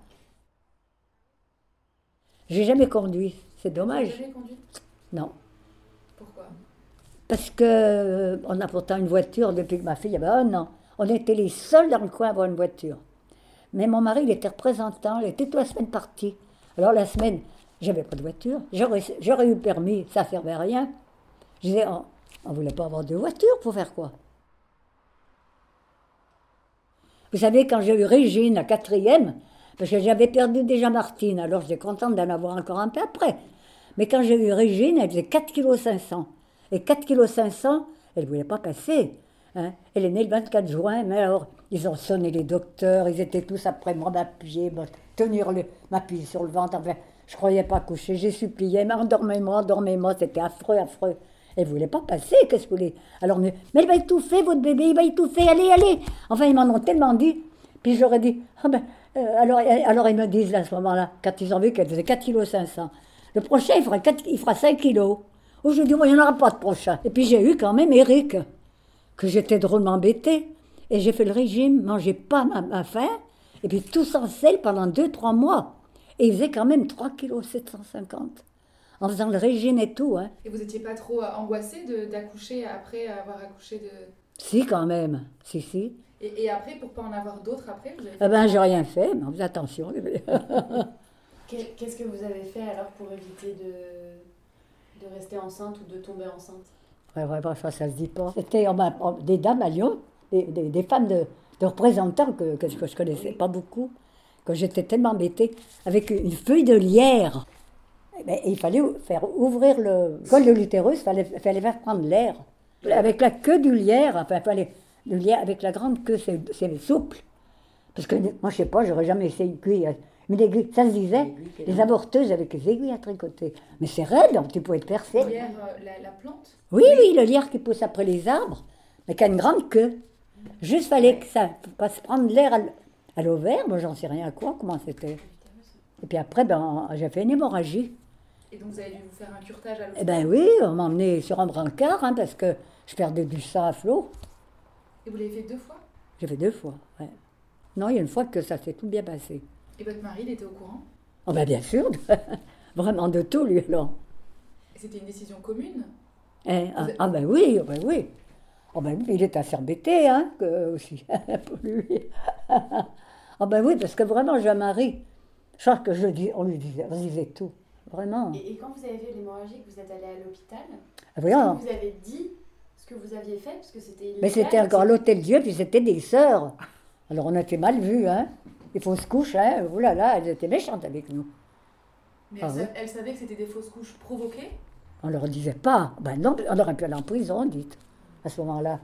J'ai jamais conduit, c'est dommage. Vous avez jamais conduit? Non. Pourquoi? Parce qu'on a pourtant une voiture depuis que ma fille avait 1 an. On était les seuls dans le coin à avoir une voiture. Mais mon mari, il était représentant, il était toute la semaine parti. Alors la semaine, j'avais pas de voiture. J'aurais eu le permis, ça ne servait à rien. Je disais, on ne voulait pas avoir de voiture pour faire quoi? Vous savez, quand j'ai eu Régine, la 4e, parce que j'avais perdu déjà Martine, alors j'étais contente d'en avoir encore un peu après. Mais quand j'ai eu Régine, elle faisait 4,5 kg. Et 4,5 kg, elle ne voulait pas passer. Hein. Elle est née le 24 juin, mais alors, ils ont sonné les docteurs, ils étaient tous après moi, m'appuyer sur le ventre. Enfin, je ne croyais pas coucher, j'ai supplié, mais endormez-moi, c'était affreux. Elle ne voulait pas passer, qu'est-ce que vous voulez? Alors, mais il va étouffer, votre bébé, il va étouffer, allez. Enfin, ils m'en ont tellement dit. Puis j'aurais dit, alors ils me disent là, à ce moment-là, quand ils ont vu qu'elle faisait 4,5 kg, le prochain, il fera 5 kg. Oh, je dis, il n'y en aura pas de prochain. Et puis j'ai eu quand même Eric, que j'étais drôlement embêtée. Et j'ai fait le régime, mangeais pas ma faim, et puis tout sans sel pendant 2-3 mois. Et il faisait quand même 3,750 kg. En faisant le régime et tout. Hein. Et vous n'étiez pas trop angoissée d'accoucher après avoir accouché de... Si, quand même. Si. Et après, pour ne pas en avoir d'autres après, vous avez fait... Eh ben, j'ai rien fait, mais faites attention. Qu'est-ce que vous avez fait alors pour éviter de rester enceinte ou de tomber enceinte? Ouais, ça se dit pas. C'était des dames à Lyon, des femmes de représentants que je ne connaissais pas beaucoup, que j'étais tellement embêtée, avec une feuille de lierre. Il fallait faire ouvrir le col de l'utérus, il fallait faire prendre l'air. Avec la queue du lierre, le lierre avec la grande queue, c'est souple. Parce que moi, je ne sais pas, j'aurais jamais essayé une aiguille. Mais l'aiguille, ça se disait, les avorteuses avec les aiguilles à tricoter. Mais c'est raide, donc tu pouvais te percer. Le lierre, la plante? Oui, le lierre qui pousse après les arbres, mais qui a une grande queue. Juste fallait que ça fasse prendre l'air à l'ovaire, moi j'en sais rien à quoi, comment c'était. Et puis après, j'ai fait une hémorragie. Et donc vous avez dû vous faire un curetage à l'ovaire? Eh bien oui, on m'a emmené sur un brancard, parce que je perdais du sang à flot. Et vous l'avez fait 2 fois? J'ai fait 2 fois, ouais. Non, il y a une fois que ça s'est tout bien passé. Et votre mari, il était au courant? Oh ben bien sûr, vraiment de tout lui alors. Et c'était une décision commune? Ben oui. Oh ben il est assez embêté, aussi, pour lui. Oh ben oui, parce que vraiment j'ai un mari. Je crois que on lui disait tout, vraiment. Et quand vous avez fait l'hémorragie, que vous êtes allé à l'hôpital, voilà. vous avez dit ce que vous aviez fait, parce que c'était illégal? Mais c'était encore l'Hôtel-Dieu, puis c'était des sœurs. Alors on a été mal vus, Les fausses couches, oulala, elles étaient méchantes avec nous. Mais elles savaient que c'était des fausses couches provoquées? On leur disait pas. Ben non, on aurait pu aller en prison, dites, à ce moment-là.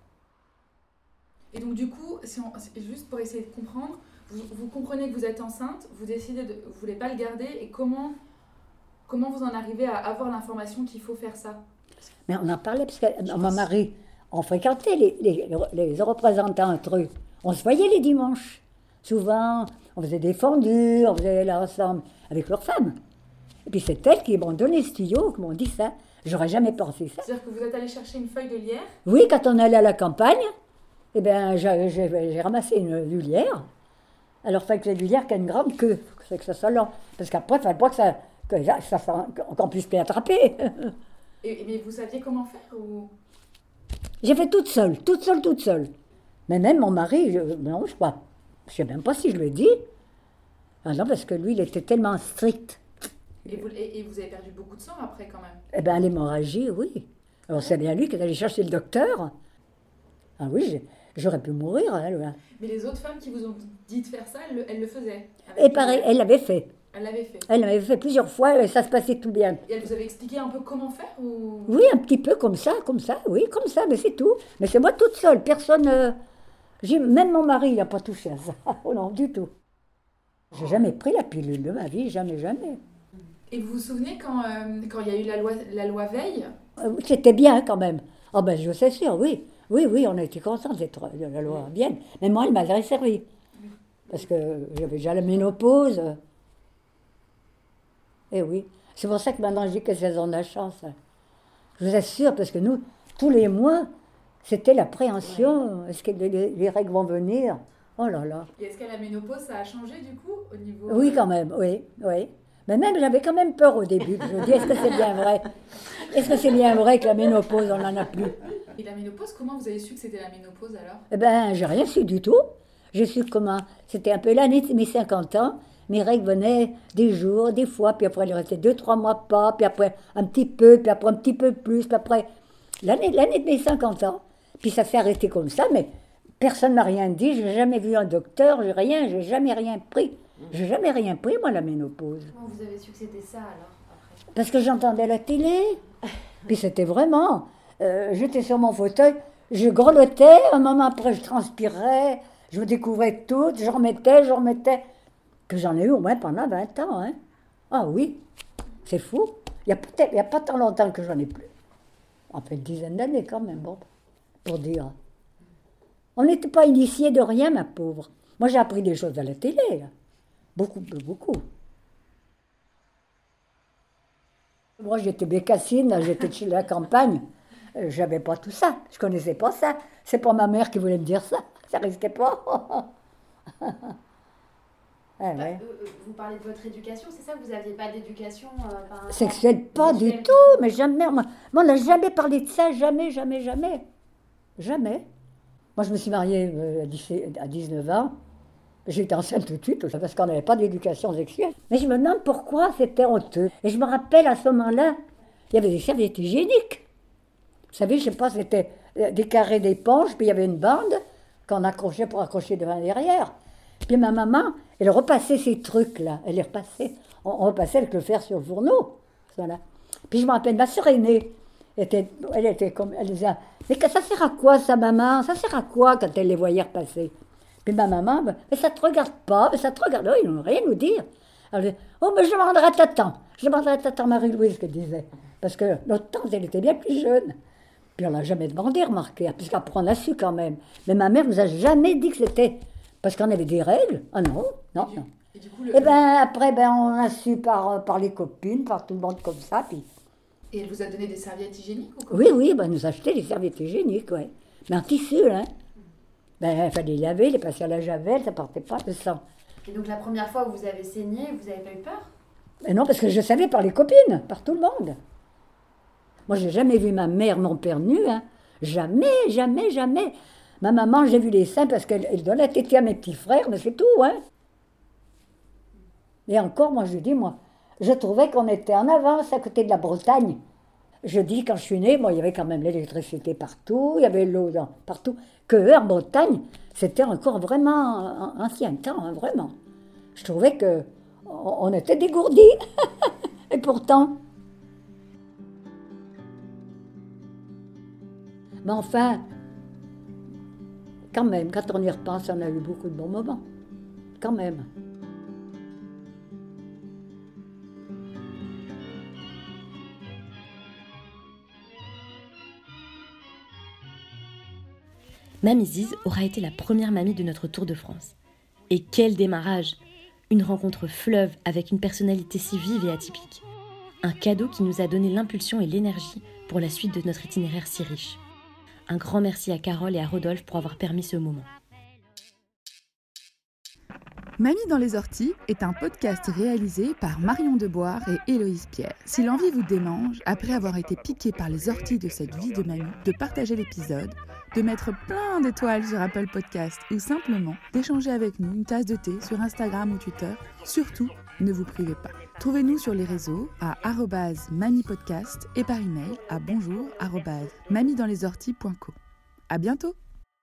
Et donc du coup, juste pour essayer de comprendre, vous comprenez que vous êtes enceinte, vous décidez vous voulez pas le garder, et comment vous en arrivez à avoir l'information qu'il faut faire ça? Mais on en parlait, parce que mon mari, on fréquentait les représentants entre eux. On se voyait les dimanches. Souvent, on faisait des fondus, on faisait là ensemble avec leurs femmes. Et puis c'est elles qui m'ont donné ce tuyau, qui m'ont dit ça. J'aurais jamais pensé ça. C'est-à-dire que vous êtes allé chercher une feuille de lierre? Oui, quand on allait à la campagne, Eh bien, j'ai ramassé une vullière. Alors, il fallait que la vullière ait une grande queue, c'est que ça soit lent. Parce qu'après, il ne fallait pas qu'on puisse les attraper. Mais vous saviez comment faire ou... J'ai fait toute seule. Mais même mon mari, non, je crois. Je ne sais même pas si je lui ai dit. Ah non, parce que lui, il était tellement strict. Et vous avez perdu beaucoup de sang après, quand même? Eh bien, l'hémorragie, oui. Alors, c'est bien lui qui est allé chercher le docteur. Ah oui, j'aurais pu mourir. Hein. Mais les autres femmes qui vous ont dit de faire ça, elles le faisaient? Et pareil, elle l'avait fait. Elle l'avait fait? Elle l'avait fait plusieurs fois et ça se passait tout bien. Et elle vous avait expliqué un peu comment faire ou... Oui, un petit peu comme ça, oui, comme ça, mais c'est tout. Mais c'est moi toute seule, personne... Même mon mari, il n'a pas touché à ça. Oh non, du tout. J'ai jamais pris la pilule de ma vie, jamais. Et vous vous souvenez quand il y a eu la loi Veil? C'était bien quand même. Oh ben je sais sûr, oui. Oui, on a été contents de la loi Vienne. Mais moi, elle m'a servi. Parce que j'avais déjà la ménopause. Et oui. C'est pour ça que maintenant je dis que c'est en a chance. Je vous assure, parce que nous, tous les mois, c'était l'appréhension. Ouais. Est-ce que les règles vont venir? Oh là là. Et est-ce qu'à la ménopause, ça a changé du coup au niveau... Oui, quand même, oui. Mais même, j'avais quand même peur au début. Je me dis, est-ce que c'est bien vrai? Est-ce que c'est bien vrai que la ménopause, on n'en a plus? Et la ménopause, comment vous avez su que c'était la ménopause alors? Eh bien, j'ai rien su du tout. J'ai su comment. C'était un peu l'année de mes 50 ans. Mes règles venaient des jours, des fois, puis après, il restait 2-3 mois pas, puis après, un petit peu, puis après, un petit peu plus, puis après, l'année de mes 50 ans. Puis ça s'est arrêté comme ça, mais personne ne m'a rien dit. Je n'ai jamais vu un docteur, j'ai jamais rien pris. J'ai jamais rien pris, moi, la ménopause. Comment vous avez su que c'était ça, alors, après? Parce que j'entendais la télé. Puis c'était vraiment... j'étais sur mon fauteuil, je grelottais, un moment après, je transpirais, je me découvrais toute, je remettais. Que j'en ai eu au moins pendant 20 ans, hein. Ah oui, c'est fou. Il n'y a pas tant longtemps que j'en ai plus. En fait, une dizaine d'années quand même, bon, pour dire. On n'était pas initiés de rien, ma pauvre. Moi, j'ai appris des choses à la télé, là. Beaucoup. Moi, j'étais bécassine, j'étais chez la campagne. J'avais pas tout ça, je connaissais pas ça. C'est pas ma mère qui voulait me dire ça, ça risquait pas. Ouais. Vous parlez de votre éducation, c'est ça? Vous n'aviez pas d'éducation sexuelle, pas du tout, mais jamais. Moi, on n'a jamais parlé de ça, jamais. Moi, je me suis mariée à 19 ans. J'étais enceinte tout de suite, parce qu'on n'avait pas d'éducation sexuelle. Mais je me demande pourquoi c'était honteux. Et je me rappelle, à ce moment-là, il y avait des serviettes hygiéniques. Vous savez, je ne sais pas, c'était des carrés d'éponge, puis il y avait une bande qu'on accrochait pour accrocher devant et derrière. Puis ma maman, elle repassait ces trucs-là. Elle les repassait. On repassait avec le fer sur le fourneau. Voilà. Puis je me rappelle, ma sœur aînée, elle était comme... Elle disait, mais ça sert à quoi, ça, maman? Ça sert à quoi quand elle les voyait repasser? Puis ma maman, mais ça ne te regarde pas, mais ça te regarde. Oh, ils n'ont rien nous dire. Alors, oh, mais je demanderai à tata Marie-Louise, qu'elle disait. Parce que l'autre tante, elle était bien plus jeune. Puis on l'a jamais demandé, remarquez, puisqu'après on a su quand même. Mais ma mère nous a jamais dit que c'était parce qu'on avait des règles. Ah non. Et bien après, on a su par les copines, par tout le monde comme ça. Puis... Et elle vous a donné des serviettes hygiéniques ou quoi? Oui, elle nous a acheté des serviettes hygiéniques, oui. Mais en tissu, hein. Il fallait les laver, les passer à la javel, ça partait pas le sang. Et donc la première fois où vous avez saigné, vous n'avez pas eu peur? Mais non, parce que je savais par les copines, par tout le monde. Moi, j'ai jamais vu ma mère, mon père nus, hein. Jamais. Ma maman, j'ai vu les seins parce qu'elle donnait la tétée à mes petits frères, mais c'est tout, hein. Et encore, moi, je trouvais qu'on était en avance à côté de la Bretagne. Je dis, quand je suis née, il y avait quand même l'électricité partout, il y avait l'eau partout. Que en Bretagne, c'était encore vraiment ancien temps, hein, vraiment. Je trouvais qu'on était dégourdis. Et pourtant... Mais enfin, quand même, quand on y repense, on a eu beaucoup de bons moments. Quand même. Mamie Ziz aura été la première mamie de notre Tour de France. Et quel démarrage! Une rencontre fleuve avec une personnalité si vive et atypique. Un cadeau qui nous a donné l'impulsion et l'énergie pour la suite de notre itinéraire si riche. Un grand merci à Carole et à Rodolphe pour avoir permis ce moment. Mamie dans les orties est un podcast réalisé par Marion Deboire et Héloïse Pierre. Si l'envie vous démange, après avoir été piqué par les orties de cette vie de mamie, de partager l'épisode, de mettre plein d'étoiles sur Apple Podcast ou simplement d'échanger avec nous une tasse de thé sur Instagram ou Twitter, surtout, ne vous privez pas. Trouvez-nous sur les réseaux à @mamipodcast et par email à bonjour@mamiedanslesorties.co. À bientôt.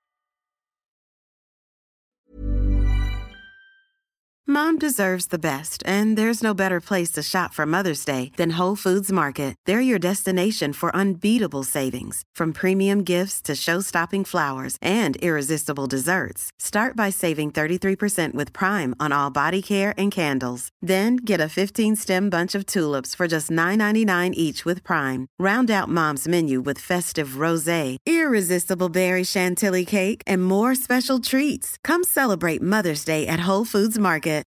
Mom deserves the best, and there's no better place to shop for Mother's Day than Whole Foods Market. They're your destination for unbeatable savings, from premium gifts to show-stopping flowers and irresistible desserts. Start by saving 33% with Prime on all body care and candles. Then get a 15-stem bunch of tulips for just $9.99 each with Prime. Round out Mom's menu with festive rosé, irresistible berry chantilly cake, and more special treats. Come celebrate Mother's Day at Whole Foods Market.